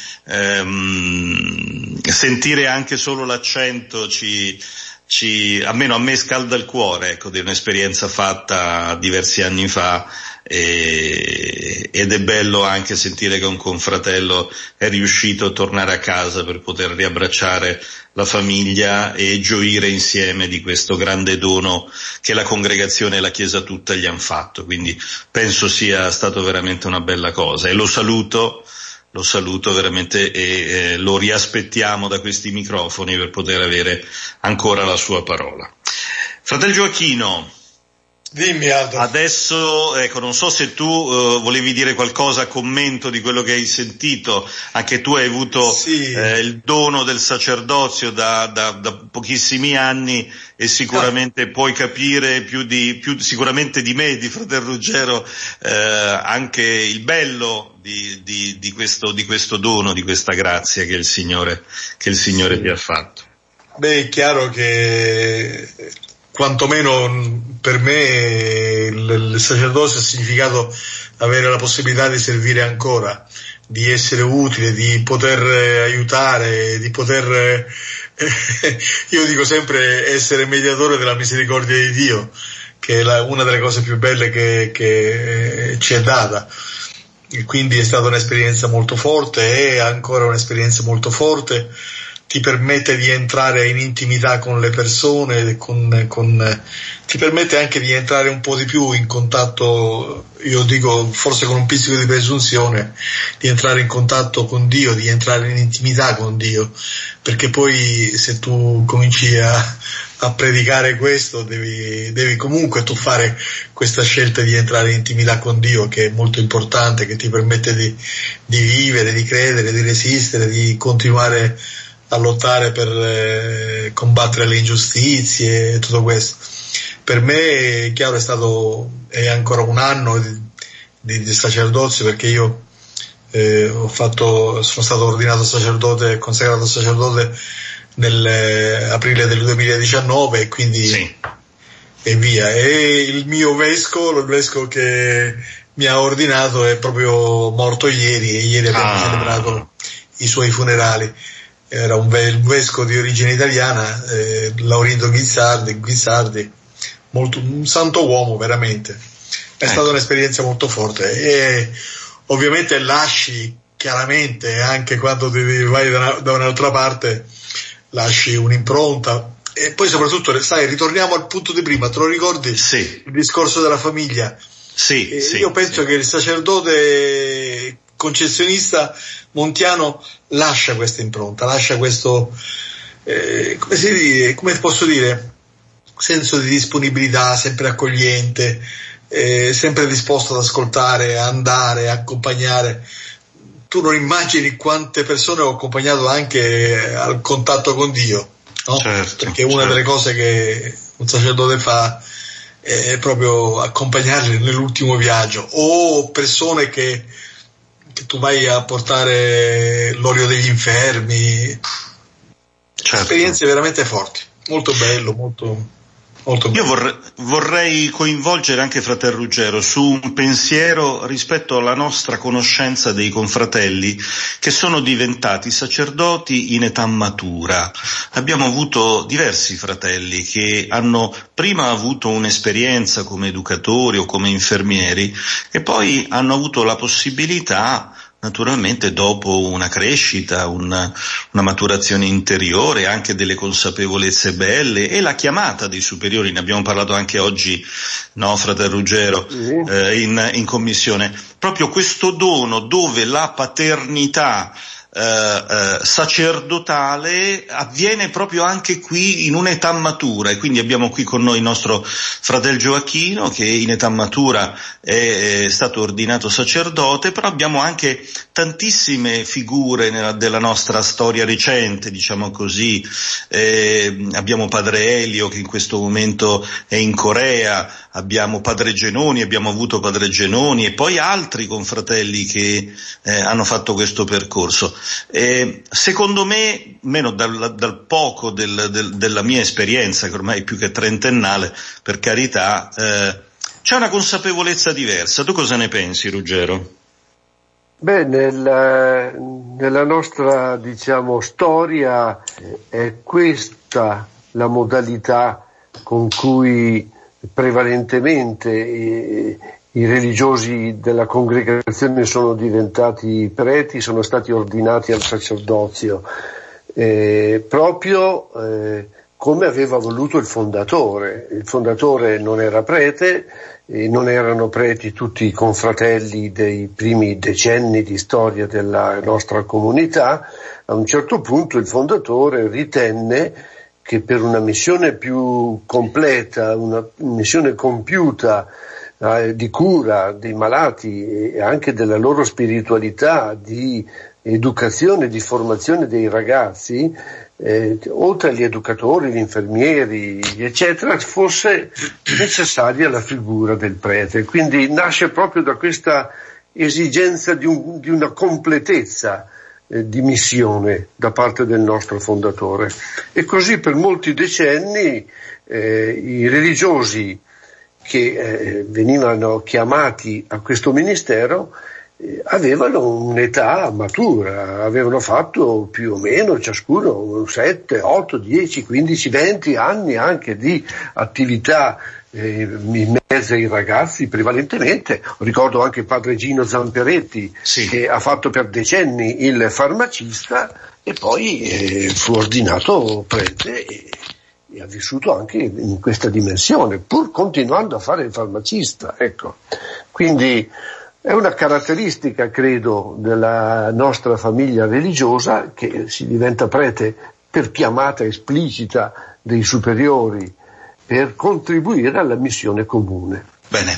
ehm, sentire anche solo l'accento ci, ci, almeno a me scalda il cuore, ecco, di un'esperienza fatta diversi anni fa. E, ed è bello anche sentire che un confratello è riuscito a tornare a casa per poter riabbracciare la famiglia e gioire insieme di questo grande dono che la congregazione e la Chiesa tutta gli han fatto. Quindi penso sia stato veramente una bella cosa, e lo saluto lo saluto veramente, e eh, lo riaspettiamo da questi microfoni per poter avere ancora la sua parola. Fratello Gioacchino, dimmi Aldo. Adesso, ecco, non so se tu uh, volevi dire qualcosa a commento di quello che hai sentito, anche tu hai avuto sì. eh, il dono del sacerdozio da, da, da pochissimi anni, e sicuramente ah. puoi capire più di, più sicuramente di me, di fratello Ruggero, eh, anche il bello di, di, di questo, di questo dono, di questa grazia che il Signore, che il Signore sì. ti ha fatto. Beh, è chiaro che quantomeno per me il, il sacerdozio ha significato avere la possibilità di servire ancora, di essere utile, di poter aiutare, di poter, eh, io dico sempre, essere mediatore della misericordia di Dio, che è la, una delle cose più belle che, che ci è data. E quindi è stata un'esperienza molto forte, è ancora un'esperienza molto forte. Ti permette di entrare in intimità con le persone, con, con, ti permette anche di entrare un po' di più in contatto, io dico forse con un pizzico di presunzione, di entrare in contatto con Dio, di entrare in intimità con Dio, perché poi se tu cominci a, a predicare questo devi, devi comunque tu fare questa scelta di entrare in intimità con Dio, che è molto importante, che ti permette di, di vivere, di credere, di resistere, di continuare a lottare per eh, combattere le ingiustizie e tutto questo. Per me è chiaro, è stato è ancora un anno di, di, di sacerdozio, perché io eh, ho fatto sono stato ordinato sacerdote, consacrato sacerdote nel eh, aprile del duemiladiciannove, e quindi sì. e via. E il mio vescovo, il vescovo che mi ha ordinato, è proprio morto ieri, e ieri abbiamo ah. celebrato i suoi funerali. Era un vescovo di origine italiana, eh, Laurindo Guizzardi, Guizzardi, molto, un santo uomo veramente. È ecco. stata un'esperienza molto forte, e ovviamente lasci chiaramente, anche quando devi, vai da, una, da un'altra parte, lasci un'impronta. E poi soprattutto, sai, ritorniamo al punto di prima, te lo ricordi? Sì. Il discorso della famiglia. Sì, e sì, io penso sì. che il sacerdote concessionista montiano lascia questa impronta, lascia questo, eh, come si dice, come posso dire, senso di disponibilità, sempre accogliente, eh, sempre disposto ad ascoltare, a andare, a accompagnare. tu non immagini quante persone ho accompagnato anche al contatto con Dio, no? Certo, perché una certo. delle cose che un sacerdote fa è proprio accompagnarli nell'ultimo viaggio, o persone che, che tu vai a portare l'olio degli infermi, Certo. esperienze veramente forti, molto bello, molto... Io vorrei, vorrei coinvolgere anche fratel Ruggero su un pensiero rispetto alla nostra conoscenza dei confratelli che sono diventati sacerdoti in età matura. Abbiamo avuto diversi fratelli che hanno prima avuto un'esperienza come educatori o come infermieri e poi hanno avuto la possibilità, naturalmente dopo una crescita, una, una maturazione interiore, anche delle consapevolezze belle e la chiamata dei superiori, ne abbiamo parlato anche oggi, no, fratel Ruggero, Sì. eh, in, in commissione, proprio questo dono dove la paternità Eh, eh, sacerdotale avviene proprio anche qui in un'età matura, e quindi abbiamo qui con noi il nostro fratel Gioacchino che in età matura è, è stato ordinato sacerdote, però abbiamo anche tantissime figure nella, della nostra storia recente, diciamo così. Eh, abbiamo padre Elio che in questo momento è in Corea, abbiamo padre Genoni, abbiamo avuto padre Genoni e poi altri confratelli che eh, hanno fatto questo percorso. Eh, secondo me, meno dal, dal poco del, del, della mia esperienza, che ormai è più che trentennale, per carità, eh, c'è una consapevolezza diversa. Tu cosa ne pensi, Ruggero? Beh, nel, nella nostra, diciamo, storia è questa la modalità con cui prevalentemente i, i religiosi della congregazione sono diventati preti, sono stati ordinati al sacerdozio, eh, proprio eh, come aveva voluto il fondatore. Il fondatore non era prete, e non erano preti tutti i confratelli dei primi decenni di storia della nostra comunità. A un certo punto il fondatore ritenne che per una missione più completa, una missione compiuta eh, di cura dei malati e anche della loro spiritualità, di educazione, di formazione dei ragazzi, eh, oltre agli educatori, gli infermieri, eccetera, fosse necessaria la figura del prete. Quindi nasce proprio da questa esigenza di, un, di una completezza di missione da parte del nostro fondatore. E così per molti decenni eh, i religiosi che eh, venivano chiamati a questo ministero eh, avevano un'età matura, avevano fatto più o meno ciascuno sette, otto, dieci, quindici, venti anni anche di attività Eh, in mezzo ai ragazzi prevalentemente. Ricordo anche padre Gino Zamperetti, sì, che ha fatto per decenni il farmacista e poi eh, fu ordinato prete e, e ha vissuto anche in questa dimensione, pur continuando a fare il farmacista, ecco. Quindi è una caratteristica, credo, della nostra famiglia religiosa, che si diventa prete per chiamata esplicita dei superiori, per contribuire alla missione comune. Bene,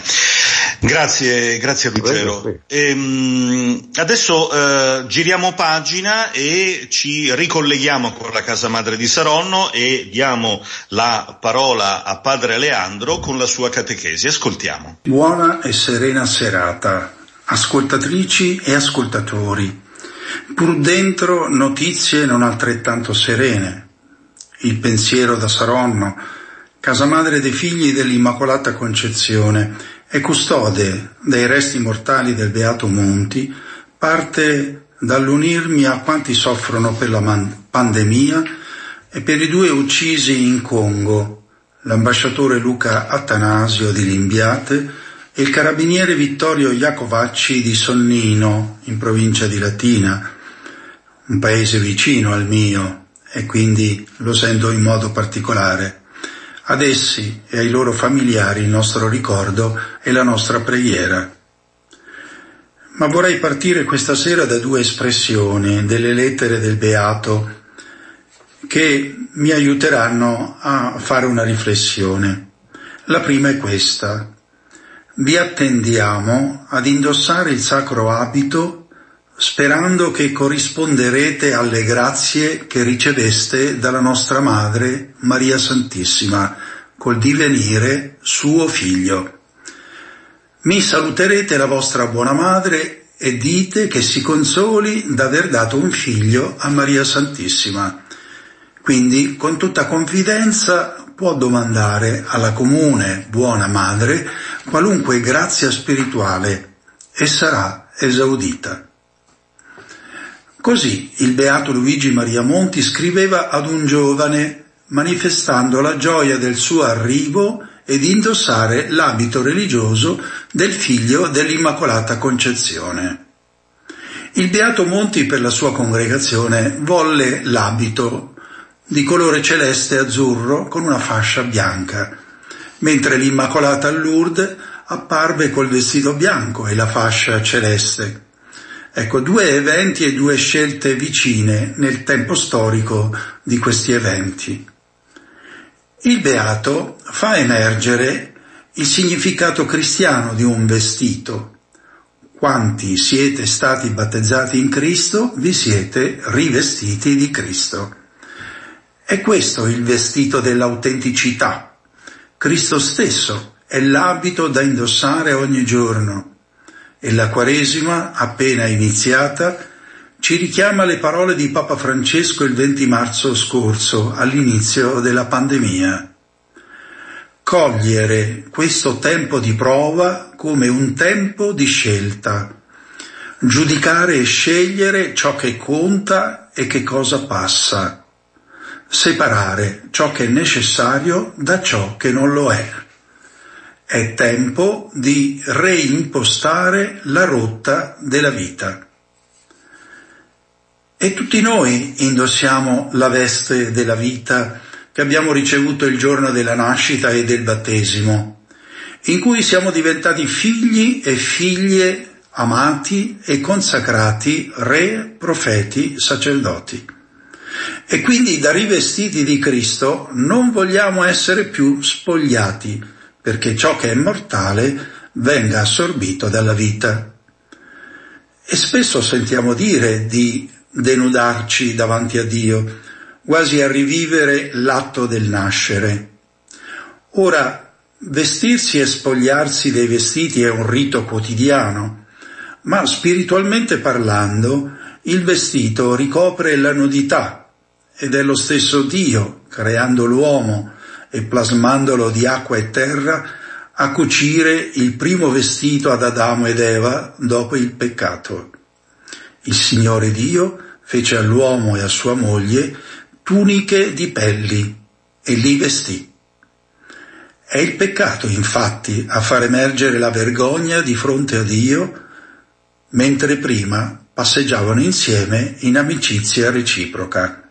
grazie, grazie Ruggero. Ehm, adesso eh, giriamo pagina e ci ricolleghiamo con la casa madre di Saronno e diamo la parola a padre Aleandro con la sua catechesi. Ascoltiamo. Buona e serena serata, ascoltatrici e ascoltatori. Pur dentro notizie non altrettanto serene. Il pensiero da Saronno, casa madre dei figli dell'Immacolata Concezione e custode dei resti mortali del Beato Monti, parte dall'unirmi a quanti soffrono per la man- pandemia e per i due uccisi in Congo, l'ambasciatore Luca Attanasio di Limbiate e il carabiniere Vittorio Iacovacci di Sonnino, in provincia di Latina, un paese vicino al mio, e quindi lo sento in modo particolare. Ad essi e ai loro familiari il nostro ricordo e la nostra preghiera. Ma vorrei partire questa sera da due espressioni delle lettere del Beato che mi aiuteranno a fare una riflessione. La prima è questa: vi attendiamo ad indossare il sacro abito sperando che corrisponderete alle grazie che riceveste dalla nostra Madre Maria Santissima, col divenire suo Figlio. Mi saluterete la vostra buona Madre e dite che si consoli d'aver dato un figlio a Maria Santissima. Quindi, con tutta confidenza, può domandare alla comune buona Madre qualunque grazia spirituale e sarà esaudita. Così il beato Luigi Maria Monti scriveva ad un giovane manifestando la gioia del suo arrivo e di indossare l'abito religioso del figlio dell'Immacolata Concezione. Il beato Monti per la sua congregazione volle l'abito di colore celeste e azzurro con una fascia bianca, mentre l'Immacolata a Lourdes apparve col vestito bianco e la fascia celeste. Ecco, due eventi e due scelte vicine nel tempo storico di questi eventi. Il beato fa emergere il significato cristiano di un vestito. Quanti siete stati battezzati in Cristo, vi siete rivestiti di Cristo. È questo il vestito dell'autenticità. Cristo stesso è l'abito da indossare ogni giorno. E la Quaresima, appena iniziata, ci richiama le parole di Papa Francesco il venti marzo scorso, all'inizio della pandemia. Cogliere questo tempo di prova come un tempo di scelta, giudicare e scegliere ciò che conta e che cosa passa, separare ciò che è necessario da ciò che non lo è. È tempo di reimpostare la rotta della vita. E tutti noi indossiamo la veste della vita che abbiamo ricevuto il giorno della nascita e del battesimo, in cui siamo diventati figli e figlie amati e consacrati, re, profeti, sacerdoti. E quindi da rivestiti di Cristo non vogliamo essere più spogliati, perché ciò che è mortale venga assorbito dalla vita. E spesso sentiamo dire di denudarci davanti a Dio, quasi a rivivere l'atto del nascere. Ora, vestirsi e spogliarsi dei vestiti è un rito quotidiano, ma spiritualmente parlando, il vestito ricopre la nudità ed è lo stesso Dio, creando l'uomo e plasmandolo di acqua e terra, a cucire il primo vestito ad Adamo ed Eva dopo il peccato. Il Signore Dio fece all'uomo e a sua moglie tuniche di pelli e li vestì. È il peccato, infatti, a far emergere la vergogna di fronte a Dio, mentre prima passeggiavano insieme in amicizia reciproca.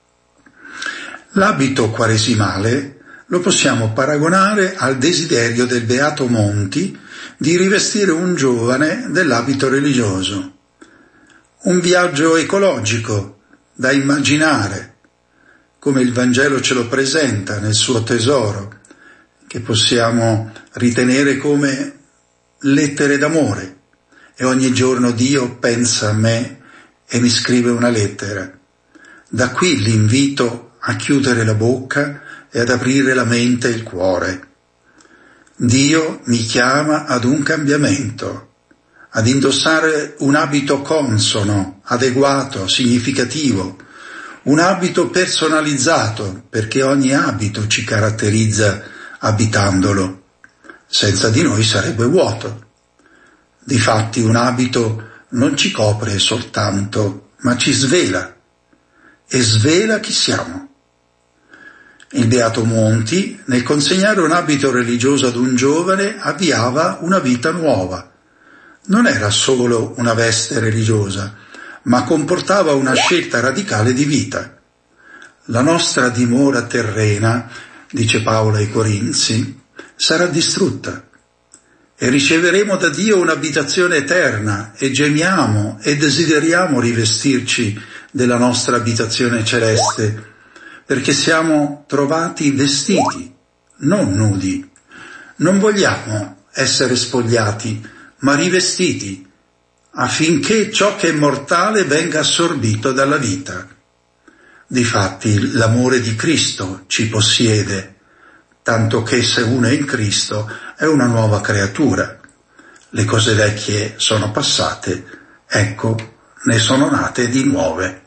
L'abito quaresimale lo possiamo paragonare al desiderio del beato Monti di rivestire un giovane dell'abito religioso. Un viaggio ecologico da immaginare, come il Vangelo ce lo presenta nel suo tesoro, che possiamo ritenere come lettere d'amore. E ogni giorno Dio pensa a me e mi scrive una lettera. Da qui l'invito a chiudere la bocca e ad aprire la mente e il cuore. Dio mi chiama ad un cambiamento, ad indossare un abito consono, adeguato, significativo, un abito personalizzato, perché ogni abito ci caratterizza abitandolo. Senza di noi sarebbe vuoto. Difatti un abito non ci copre soltanto, ma ci svela, e svela chi siamo. Il beato Monti, nel consegnare un abito religioso ad un giovane, avviava una vita nuova. Non era solo una veste religiosa, ma comportava una scelta radicale di vita. La nostra dimora terrena, dice Paolo ai Corinzi, sarà distrutta e riceveremo da Dio un'abitazione eterna e gemiamo e desideriamo rivestirci della nostra abitazione celeste, perché siamo trovati vestiti, non nudi. Non vogliamo essere spogliati, ma rivestiti, affinché ciò che è mortale venga assorbito dalla vita. Difatti l'amore di Cristo ci possiede, tanto che se uno è in Cristo è una nuova creatura. Le cose vecchie sono passate, ecco, ne sono nate di nuove.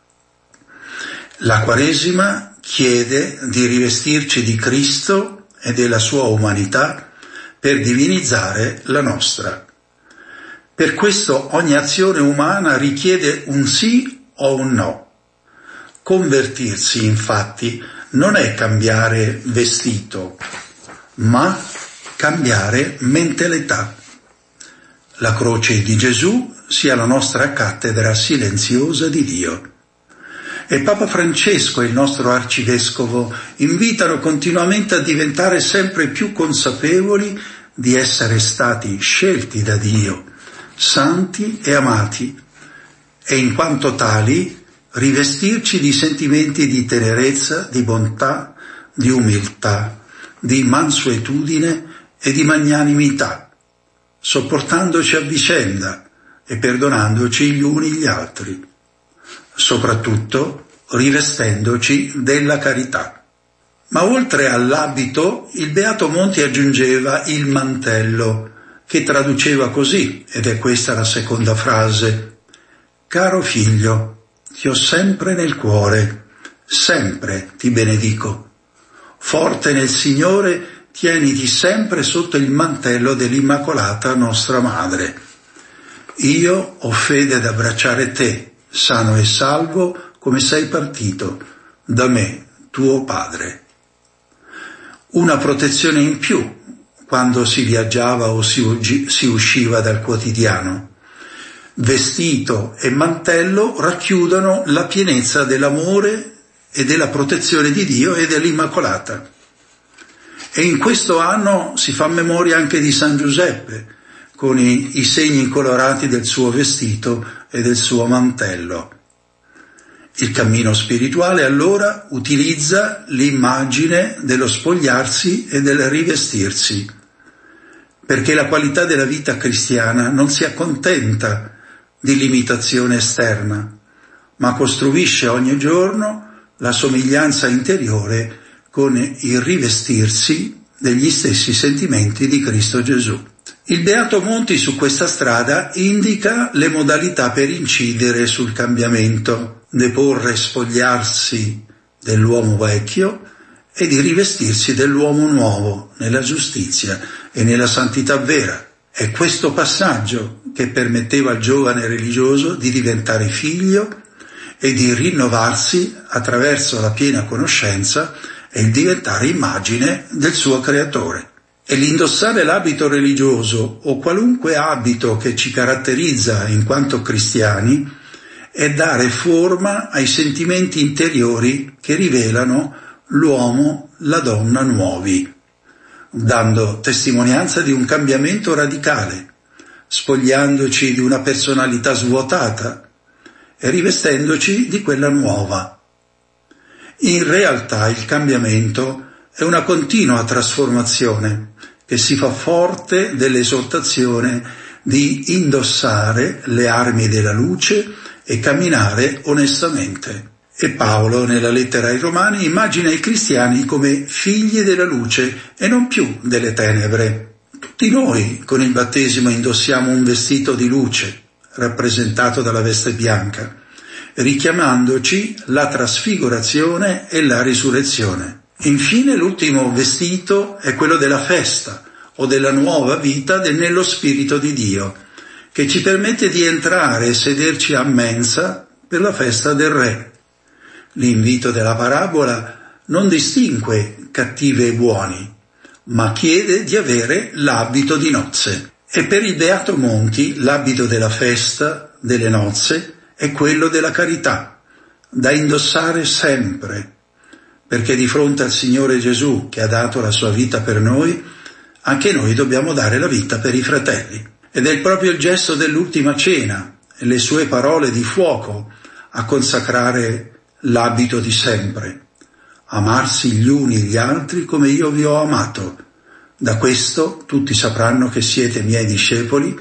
La Quaresima chiede di rivestirci di Cristo e della sua umanità per divinizzare la nostra. Per questo ogni azione umana richiede un sì o un no. Convertirsi, infatti, non è cambiare vestito, ma cambiare mentalità. La croce di Gesù sia la nostra cattedra silenziosa di Dio. E Papa Francesco e il nostro arcivescovo invitano continuamente a diventare sempre più consapevoli di essere stati scelti da Dio, santi e amati, e in quanto tali rivestirci di sentimenti di tenerezza, di bontà, di umiltà, di mansuetudine e di magnanimità, sopportandoci a vicenda e perdonandoci gli uni gli altri, soprattutto rivestendoci della carità. Ma oltre all'abito, il Beato Monti aggiungeva il mantello, che traduceva così, ed è questa la seconda frase: caro figlio, ti ho sempre nel cuore, sempre ti benedico. Forte nel Signore, tieniti sempre sotto il mantello dell'Immacolata nostra Madre. Io ho fede ad abbracciare te, sano e salvo, come sei partito, da me, tuo Padre. Una protezione in più quando si viaggiava o si, si usciva dal quotidiano. Vestito e mantello racchiudono la pienezza dell'amore e della protezione di Dio e dell'Immacolata. E in questo anno si fa memoria anche di San Giuseppe, con i, i segni colorati del suo vestito e del suo mantello. Il cammino spirituale allora utilizza l'immagine dello spogliarsi e del rivestirsi, perché la qualità della vita cristiana non si accontenta di limitazione esterna, ma costruisce ogni giorno la somiglianza interiore con il rivestirsi degli stessi sentimenti di Cristo Gesù. Il Beato Monti su questa strada indica le modalità per incidere sul cambiamento, deporre spogliarsi dell'uomo vecchio e di rivestirsi dell'uomo nuovo nella giustizia e nella santità vera. È questo passaggio che permetteva al giovane religioso di diventare figlio e di rinnovarsi attraverso la piena conoscenza e il diventare immagine del suo creatore. E l'indossare l'abito religioso o qualunque abito che ci caratterizza in quanto cristiani è dare forma ai sentimenti interiori che rivelano l'uomo, la donna nuovi, dando testimonianza di un cambiamento radicale, spogliandoci di una personalità svuotata e rivestendoci di quella nuova. In realtà il cambiamento è una continua trasformazione che si fa forte dell'esortazione di indossare le armi della luce e camminare onestamente. E Paolo, nella lettera ai Romani, immagina i cristiani come figli della luce e non più delle tenebre. Tutti noi con il battesimo indossiamo un vestito di luce, rappresentato dalla veste bianca, richiamandoci la trasfigurazione e la risurrezione. Infine l'ultimo vestito è quello della festa o della nuova vita nello Spirito di Dio, che ci permette di entrare e sederci a mensa per la festa del Re. L'invito della parabola non distingue cattivi e buoni, ma chiede di avere l'abito di nozze. E per il Beato Monti l'abito della festa, delle nozze, è quello della carità, da indossare sempre, perché di fronte al Signore Gesù, che ha dato la sua vita per noi, anche noi dobbiamo dare la vita per i fratelli. Ed è proprio il gesto dell'ultima cena e le sue parole di fuoco a consacrare l'abito di sempre: amarsi gli uni gli altri come io vi ho amato. Da questo tutti sapranno che siete miei discepoli,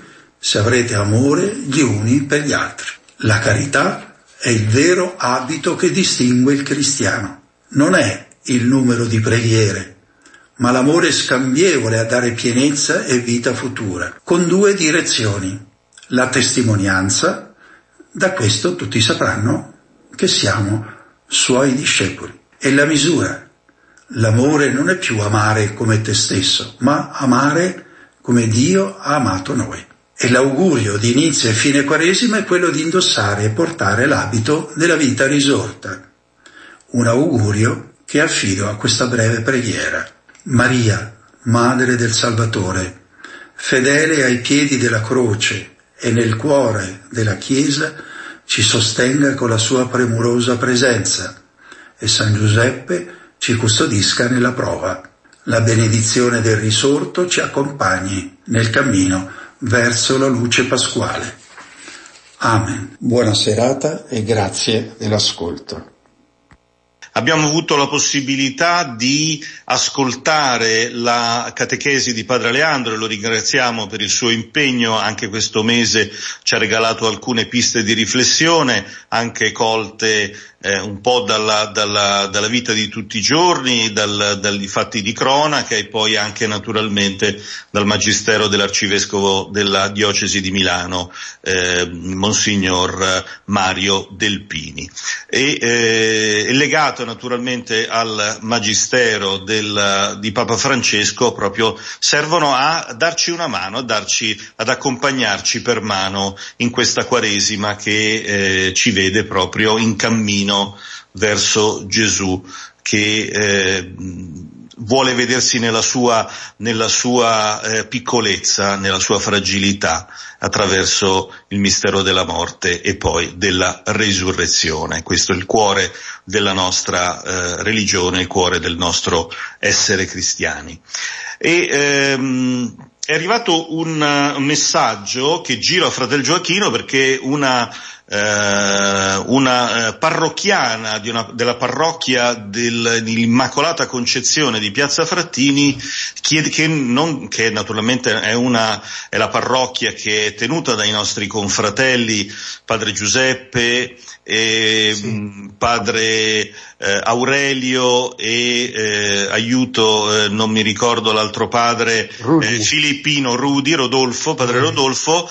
se avrete amore gli uni per gli altri. La carità è il vero abito che distingue il cristiano. Non è il numero di preghiere, ma l'amore scambievole a dare pienezza e vita futura, con due direzioni. La testimonianza, da questo tutti sapranno che siamo suoi discepoli, e la misura. L'amore non è più amare come te stesso, ma amare come Dio ha amato noi. E l'augurio di inizio e fine Quaresima è quello di indossare e portare l'abito della vita risorta. Un augurio che affido a questa breve preghiera. Maria, Madre del Salvatore, fedele ai piedi della croce e nel cuore della Chiesa, ci sostenga con la sua premurosa presenza, e San Giuseppe ci custodisca nella prova. La benedizione del risorto ci accompagni nel cammino verso la luce pasquale. Amen. Buona serata e grazie dell'ascolto. Abbiamo avuto la possibilità di ascoltare la catechesi di Padre Aleandro e lo ringraziamo per il suo impegno. Anche questo mese ci ha regalato alcune piste di riflessione, anche colte eh, un po' dalla, dalla, dalla vita di tutti i giorni, dal, dagli fatti di cronaca e poi anche naturalmente dal magistero dell'arcivescovo della diocesi di Milano, eh, Monsignor Mario Delpini. E eh, è legato naturalmente al magistero del, di Papa Francesco, proprio servono a darci una mano, a darci, ad accompagnarci per mano in questa Quaresima che eh, ci vede proprio in cammino verso Gesù, che eh, vuole vedersi nella sua, nella sua eh, piccolezza, nella sua fragilità, attraverso il mistero della morte e poi della resurrezione. Questo è il cuore della nostra eh, religione, il cuore del nostro essere cristiani. E ehm, è arrivato un, un messaggio che giro a Fratel Gioacchino perché una Uh, una uh, parrocchiana di una, della parrocchia del, dell'Immacolata Concezione di Piazza Frattini chiede, che, non, che naturalmente è una è la parrocchia che è tenuta dai nostri confratelli Padre Giuseppe e sì. mh, Padre eh, Aurelio e eh, aiuto eh, non mi ricordo l'altro padre eh, filippino Rudi Rodolfo padre Rudy. Rodolfo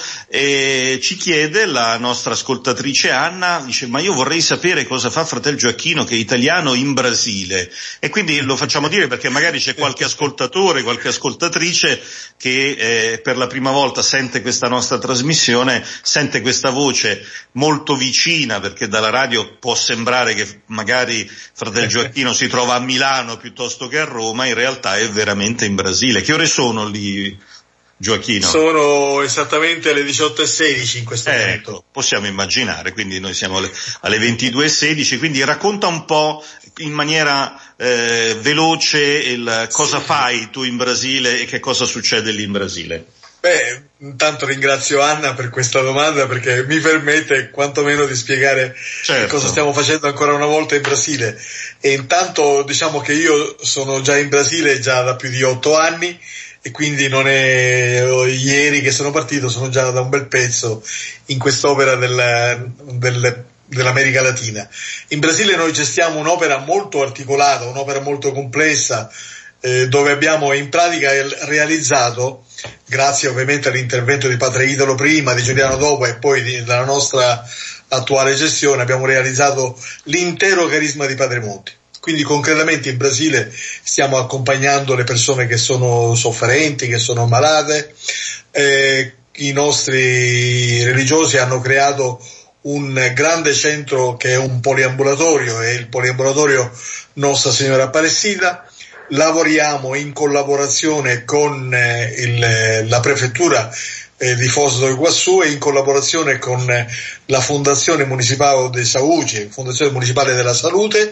e ci chiede la nostra ascoltatrice Anna, dice ma io vorrei sapere cosa fa Fratel Gioacchino che è italiano in Brasile, e quindi lo facciamo dire perché magari c'è qualche ascoltatore, qualche ascoltatrice che eh, per la prima volta sente questa nostra trasmissione, sente questa voce molto vicina, perché dalla radio può sembrare che magari Fratel Gioacchino si trova a Milano piuttosto che a Roma, in realtà è veramente in Brasile. Che ore sono lì, Gioacchino? Sono esattamente le diciotto e sedici in questo eh, momento. Ecco, possiamo immaginare, quindi noi siamo alle, alle ventidue e sedici, quindi racconta un po' in maniera eh, veloce il cosa sì. fai tu in Brasile e che cosa succede lì in Brasile. Beh, intanto ringrazio Anna per questa domanda perché mi permette quantomeno di spiegare certo. cosa stiamo facendo ancora una volta in Brasile. E intanto diciamo che io sono già in Brasile già da più di otto anni e quindi non è ieri che sono partito, sono già da un bel pezzo in quest'opera del, del, dell'America Latina. In Brasile noi gestiamo un'opera molto articolata, un'opera molto complessa, eh, dove abbiamo in pratica realizzato, grazie ovviamente all'intervento di Padre Idolo prima, di Giuliano dopo e poi di, della nostra attuale gestione, abbiamo realizzato l'intero carisma di Padre Monti. Quindi concretamente in Brasile stiamo accompagnando le persone che sono sofferenti, che sono malate. Eh, i nostri religiosi hanno creato un grande centro che è un poliambulatorio, è il poliambulatorio Nostra Signora Apparecida. Lavoriamo in collaborazione con eh, il, la prefettura eh, di Foz do Iguaçu e in collaborazione con eh, la Fondazione Municipale de Saúde, Fondazione Municipale della Salute,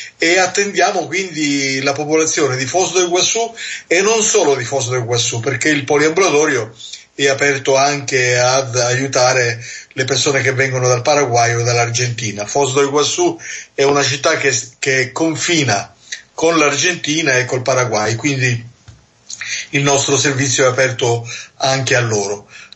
e attendiamo quindi la popolazione di Foz do Iguaçu e non solo di Foz do Iguaçu, perché il poliambulatorio è aperto anche ad aiutare le persone che vengono dal Paraguay o dall'Argentina. Foz do Iguaçu è una città che, che confina con l'Argentina e col Paraguay, quindi il nostro servizio è aperto anche a loro.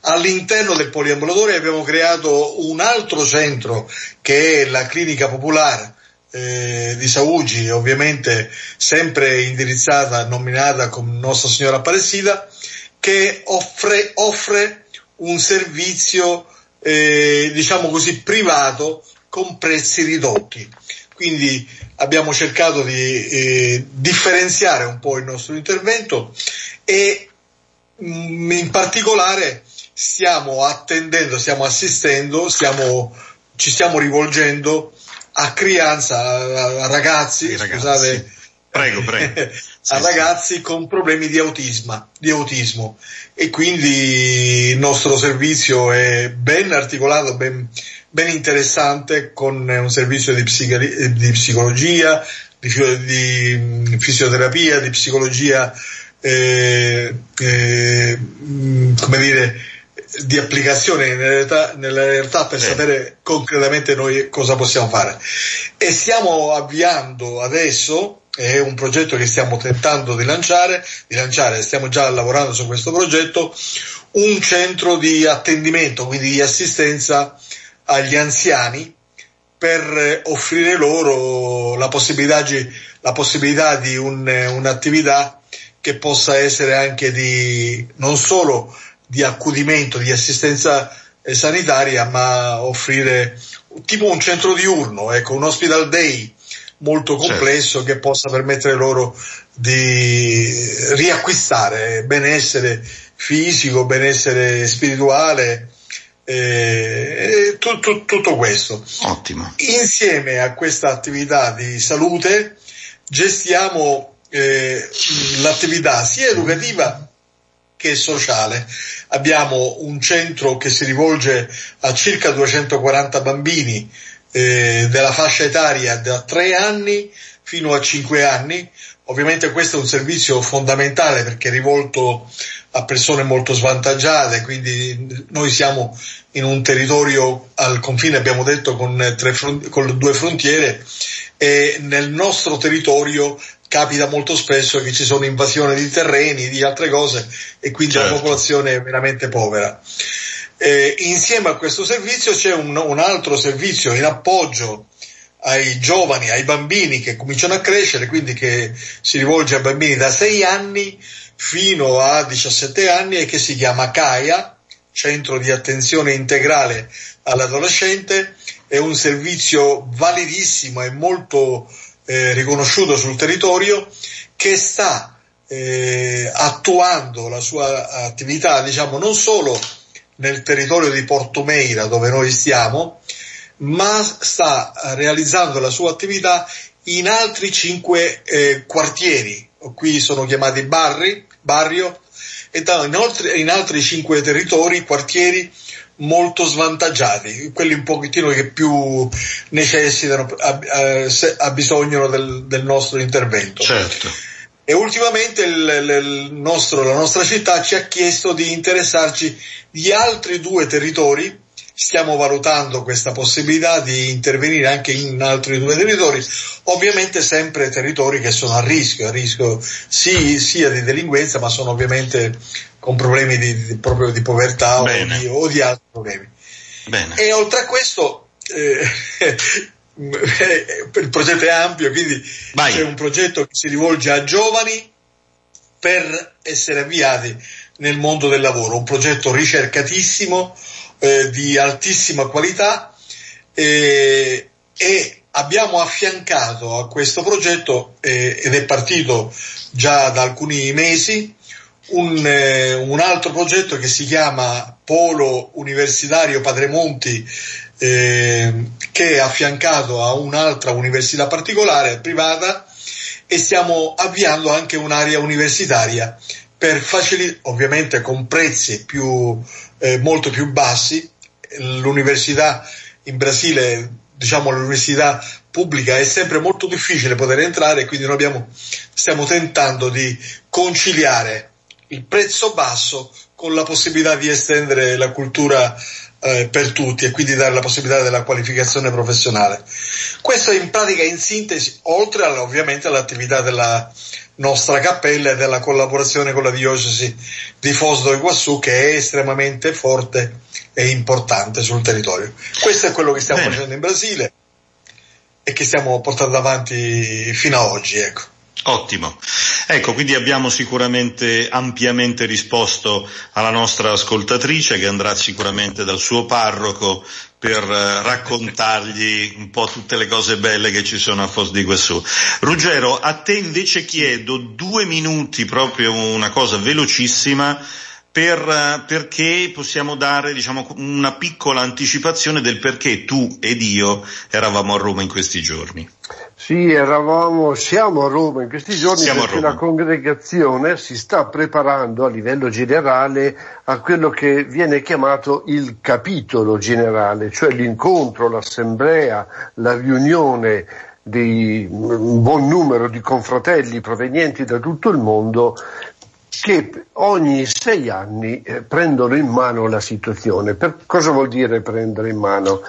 All'interno del poliambulatorio abbiamo creato un altro centro che è la clinica popolare eh, di Sauggi, ovviamente sempre indirizzata, nominata come Nostra Signora Apparecida, che offre, offre un servizio eh, diciamo così privato con prezzi ridotti. Quindi abbiamo cercato di eh, differenziare un po' il nostro intervento e mh, in particolare stiamo attendendo, stiamo assistendo, stiamo, ci stiamo rivolgendo a crianza, a, a ragazzi, ragazzi, scusate, prego, prego. a sì, ragazzi sì. con problemi di autismo, di autismo e quindi il nostro servizio è ben articolato, ben, ben interessante, con un servizio di, psichi- di psicologia, di, di fisioterapia, di psicologia, eh, eh, come dire, di applicazione nella realtà, nella realtà per eh. sapere concretamente noi cosa possiamo fare. E stiamo avviando adesso, è un progetto che stiamo tentando di lanciare, di lanciare, stiamo già lavorando su questo progetto, un centro di attendimento, quindi di assistenza agli anziani, per offrire loro la possibilità, la possibilità di un, un'attività che possa essere anche di, non solo di accudimento, di assistenza eh, sanitaria, ma offrire tipo un centro diurno, ecco, un hospital day molto complesso, certo, che possa permettere loro di riacquistare benessere fisico, benessere spirituale, eh, tutto, tutto questo. Ottimo. Insieme a questa attività di salute gestiamo eh, l'attività sia educativa che sociale. Abbiamo un centro che si rivolge a circa duecentoquaranta bambini eh, della fascia etaria da tre anni fino a cinque anni. Ovviamente questo è un servizio fondamentale perché è rivolto a persone molto svantaggiate, quindi noi siamo in un territorio al confine, abbiamo detto, con, tre front- con due frontiere, e nel nostro territorio capita molto spesso che ci sono invasioni di terreni, di altre cose, e quindi certo, la popolazione è veramente povera. Eh, insieme a questo servizio c'è un, un altro servizio in appoggio ai giovani, ai bambini che cominciano a crescere, quindi che si rivolge a bambini da sei anni fino a diciassette anni e che si chiama CAIA, Centro di Attenzione Integrale all'Adolescente. È un servizio validissimo e molto eh, riconosciuto sul territorio, che sta eh, attuando la sua attività, diciamo, non solo nel territorio di Porto Meira, dove noi stiamo, ma sta realizzando la sua attività in altri cinque eh, quartieri, qui sono chiamati barri, barrio, e inoltre in altri cinque territori, quartieri molto svantaggiati, quelli un pochettino che più necessitano, abbisognano del, del nostro intervento. Certo. E ultimamente il, il nostro, la nostra città ci ha chiesto di interessarci di altri due territori. Stiamo valutando questa possibilità di intervenire anche in altri due territori, ovviamente sempre territori che sono a rischio, a rischio sì, sia di delinquenza, ma sono ovviamente con problemi di, di, proprio di povertà o di, o di altri problemi. Bene. E oltre a questo, eh, il progetto è ampio, quindi Vai. C'è un progetto che si rivolge a giovani per essere avviati nel mondo del lavoro, un progetto ricercatissimo, Eh, di altissima qualità, eh, e abbiamo affiancato a questo progetto, eh, ed è partito già da alcuni mesi, un, eh, un altro progetto che si chiama Polo Universitario Padremonti, eh, che è affiancato a un'altra università particolare, privata, e stiamo avviando anche un'area universitaria per facilitare, ovviamente con prezzi più Eh, molto più bassi. L'università in Brasile, diciamo l'università pubblica, è sempre molto difficile poter entrare, quindi noi abbiamo, stiamo tentando di conciliare il prezzo basso con la possibilità di estendere la cultura eh, per tutti, e quindi dare la possibilità della qualificazione professionale. Questo in pratica, in sintesi, oltre alla, ovviamente all'attività della nostra cappella e della collaborazione con la diocesi di Foz do Iguaçu, che è estremamente forte e importante sul territorio. Questo è quello che stiamo Bene. facendo in Brasile e che stiamo portando avanti fino ad oggi, ecco. Ottimo. Ecco, quindi abbiamo sicuramente ampiamente risposto alla nostra ascoltatrice, che andrà sicuramente dal suo parroco per raccontargli un po' tutte le cose belle che ci sono a Foz do Iguaçu. Ruggero, a te invece chiedo due minuti, proprio una cosa velocissima, per, perché possiamo dare, diciamo, una piccola anticipazione del perché tu ed io eravamo a Roma in questi giorni. Sì, eravamo, siamo a Roma in questi giorni siamo perché la congregazione si sta preparando a livello generale a quello che viene chiamato il capitolo generale, cioè l'incontro, l'assemblea, la riunione di un buon numero di confratelli provenienti da tutto il mondo che ogni sei anni eh, prendono in mano la situazione. Per cosa vuol dire prendere in mano?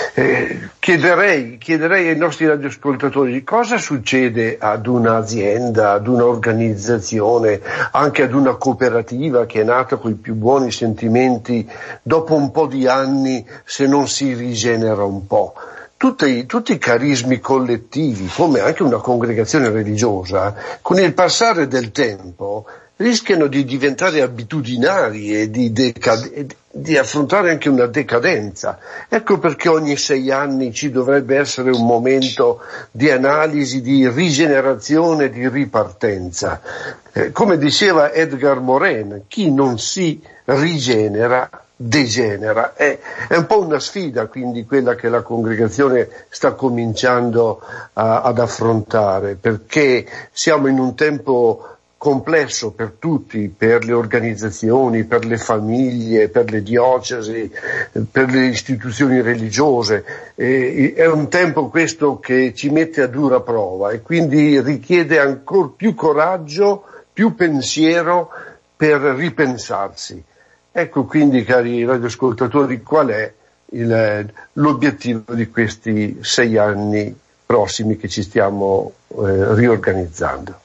Eh, chiederei, chiederei ai nostri radioascoltatori cosa succede ad un'azienda, ad un'organizzazione, anche ad una cooperativa che è nata con i più buoni sentimenti, dopo un po' di anni, se non si rigenera un po'. Tutti, tutti i carismi collettivi, come anche una congregazione religiosa, con il passare del tempo rischiano di diventare abitudinari e di, decad- di affrontare anche una decadenza. Ecco perché ogni sei anni ci dovrebbe essere un momento di analisi, di rigenerazione, di ripartenza. Eh, come diceva Edgar Morin, chi non si rigenera degenera. È, è un po' una sfida quindi quella che la congregazione sta cominciando a, ad affrontare, perché siamo in un tempo complesso per tutti, per le organizzazioni, per le famiglie, per le diocesi, per le istituzioni religiose. E, è un tempo questo che ci mette a dura prova e quindi richiede ancora più coraggio, più pensiero per ripensarsi. Ecco quindi, cari radioascoltatori, qual è il, l'obiettivo di questi sei anni prossimi che ci stiamo eh, riorganizzando.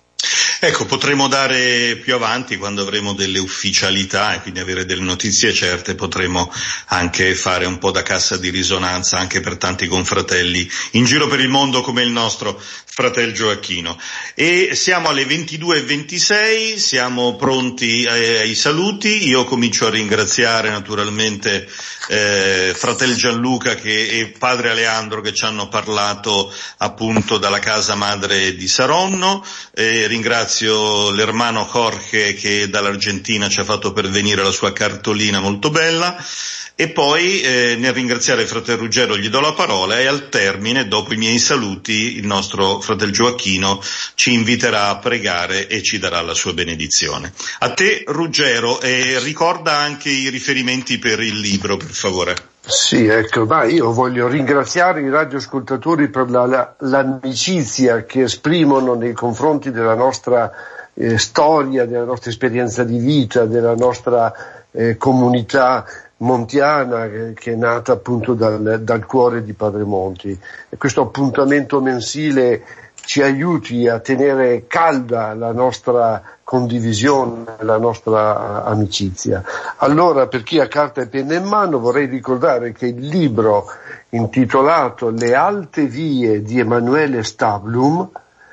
Ecco, potremo dare più avanti, quando avremo delle ufficialità e quindi avere delle notizie certe, potremo anche fare un po' da cassa di risonanza anche per tanti confratelli in giro per il mondo come il nostro fratel Gioacchino. E siamo alle ventidue e ventisei, siamo pronti ai, ai saluti. Io comincio a ringraziare naturalmente eh, fratel Gianluca che, e padre Aleandro che ci hanno parlato appunto dalla casa madre di Saronno. Eh, ringrazio l'ermano Jorge che dall'Argentina ci ha fatto pervenire la sua cartolina molto bella, e poi eh, nel ringraziare il fratel Ruggero gli do la parola e al termine, dopo i miei saluti, il nostro fratel Gioacchino ci inviterà a pregare e ci darà la sua benedizione. A te Ruggero, e ricorda anche i riferimenti per il libro, per favore. Sì, ecco, ma io voglio ringraziare i radioascoltatori per la, la, l'amicizia che esprimono nei confronti della nostra eh, storia, della nostra esperienza di vita, della nostra eh, comunità montiana che, che è nata appunto dal, dal cuore di Padre Monti. E questo appuntamento mensile ci aiuti a tenere calda la nostra condivisione, la nostra amicizia. Allora, per chi ha carta e penna in mano, vorrei ricordare che il libro intitolato Le alte vie di Emanuele Stablum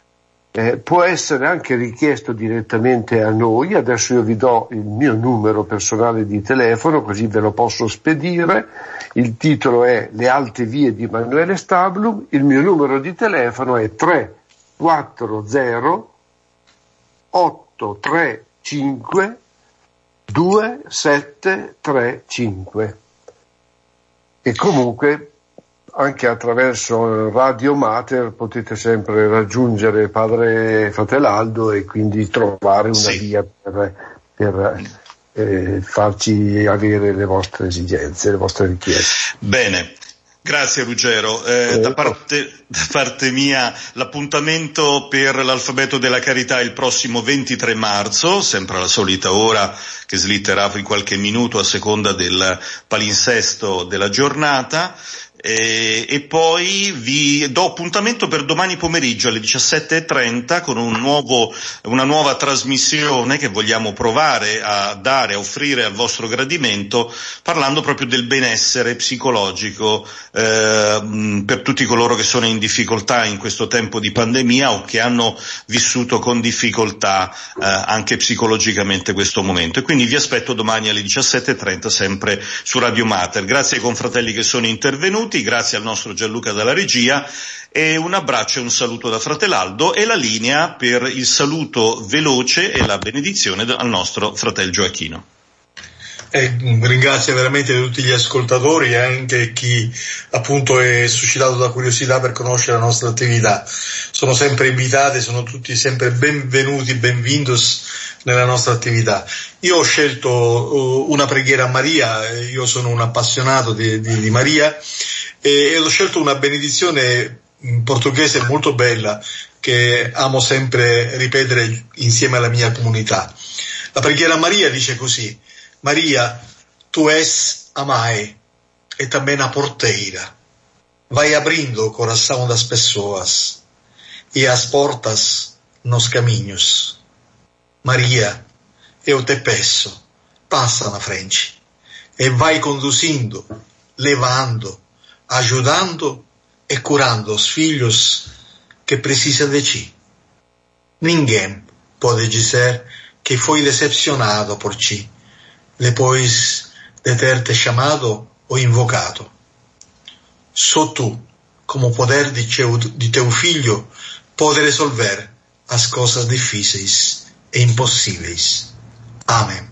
eh, può essere anche richiesto direttamente a noi. Adesso io vi do il mio numero personale di telefono, così ve lo posso spedire. Il titolo è Le alte vie di Emanuele Stablum, il mio numero di telefono è tre quattro zero otto tre cinque due sette tre cinque, e comunque anche attraverso Radio Mater potete sempre raggiungere padre Fratel Aldo e quindi trovare una sì. via per, per eh, farci avere le vostre esigenze, le vostre richieste. Bene. Grazie Ruggero, eh, da, parte, da parte mia l'appuntamento per l'Alfabeto della Carità è il prossimo ventitré marzo, sempre alla solita ora che slitterà di qualche minuto a seconda del palinsesto della giornata. E, e poi vi do appuntamento per domani pomeriggio alle diciassette e trenta con un nuovo, una nuova trasmissione che vogliamo provare a dare, a offrire al vostro gradimento, parlando proprio del benessere psicologico eh, per tutti coloro che sono in difficoltà in questo tempo di pandemia o che hanno vissuto con difficoltà eh, anche psicologicamente questo momento. E quindi vi aspetto domani alle diciassette e trenta sempre su Radio Mater. Grazie ai confratelli che sono intervenuti. Grazie al nostro Gianluca dalla regia e un abbraccio e un saluto da Fratelaldo e la linea per il saluto veloce e la benedizione al nostro fratello Gioacchino. E ringrazio veramente tutti gli ascoltatori e anche chi appunto è suscitato da curiosità per conoscere la nostra attività. Sono sempre invitati, sono tutti sempre benvenuti, benvindos nella nostra attività. Io ho scelto una preghiera a Maria, io sono un appassionato di, di, di Maria e ho scelto una benedizione in portoghese molto bella che amo sempre ripetere insieme alla mia comunità. La preghiera a Maria dice così: Maria, tu és a mãe e também a porteira. Vai abrindo o coração das pessoas e as portas nos caminhos. Maria, eu te peço, passa na frente e vai conduzindo, levando, ajudando e curando os filhos que precisam de ti. Ninguém pode dizer que foi decepcionado por ti, depois de ter te chamado ou invocado. Só tu, como poder de teu, de teu filho, pode resolver as coisas difíceis e impossíveis. Amém.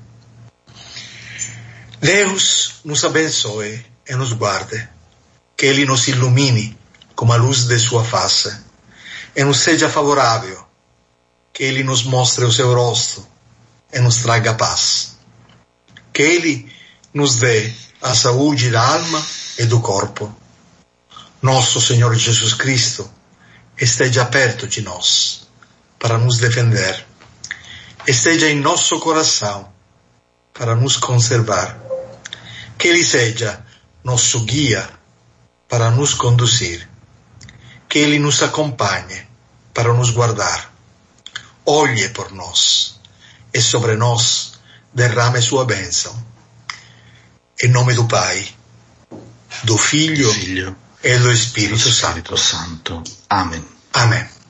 Deus nos abençoe e nos guarde, que Ele nos ilumine com a luz de sua face e nos seja favorável, que Ele nos mostre o seu rosto e nos traga paz. Que Ele nos dê a saúde da alma e do corpo. Nosso Senhor Jesus Cristo esteja perto de nós para nos defender. Esteja em nosso coração para nos conservar. Que Ele seja nosso guia para nos conduzir. Que Ele nos acompanhe para nos guardar. Olhe por nós e sobre nós derrame sua bênção. Em nome do Pai, do Filho, Figlio e do Espírito Spirito Santo. Santo. Amen. Amen.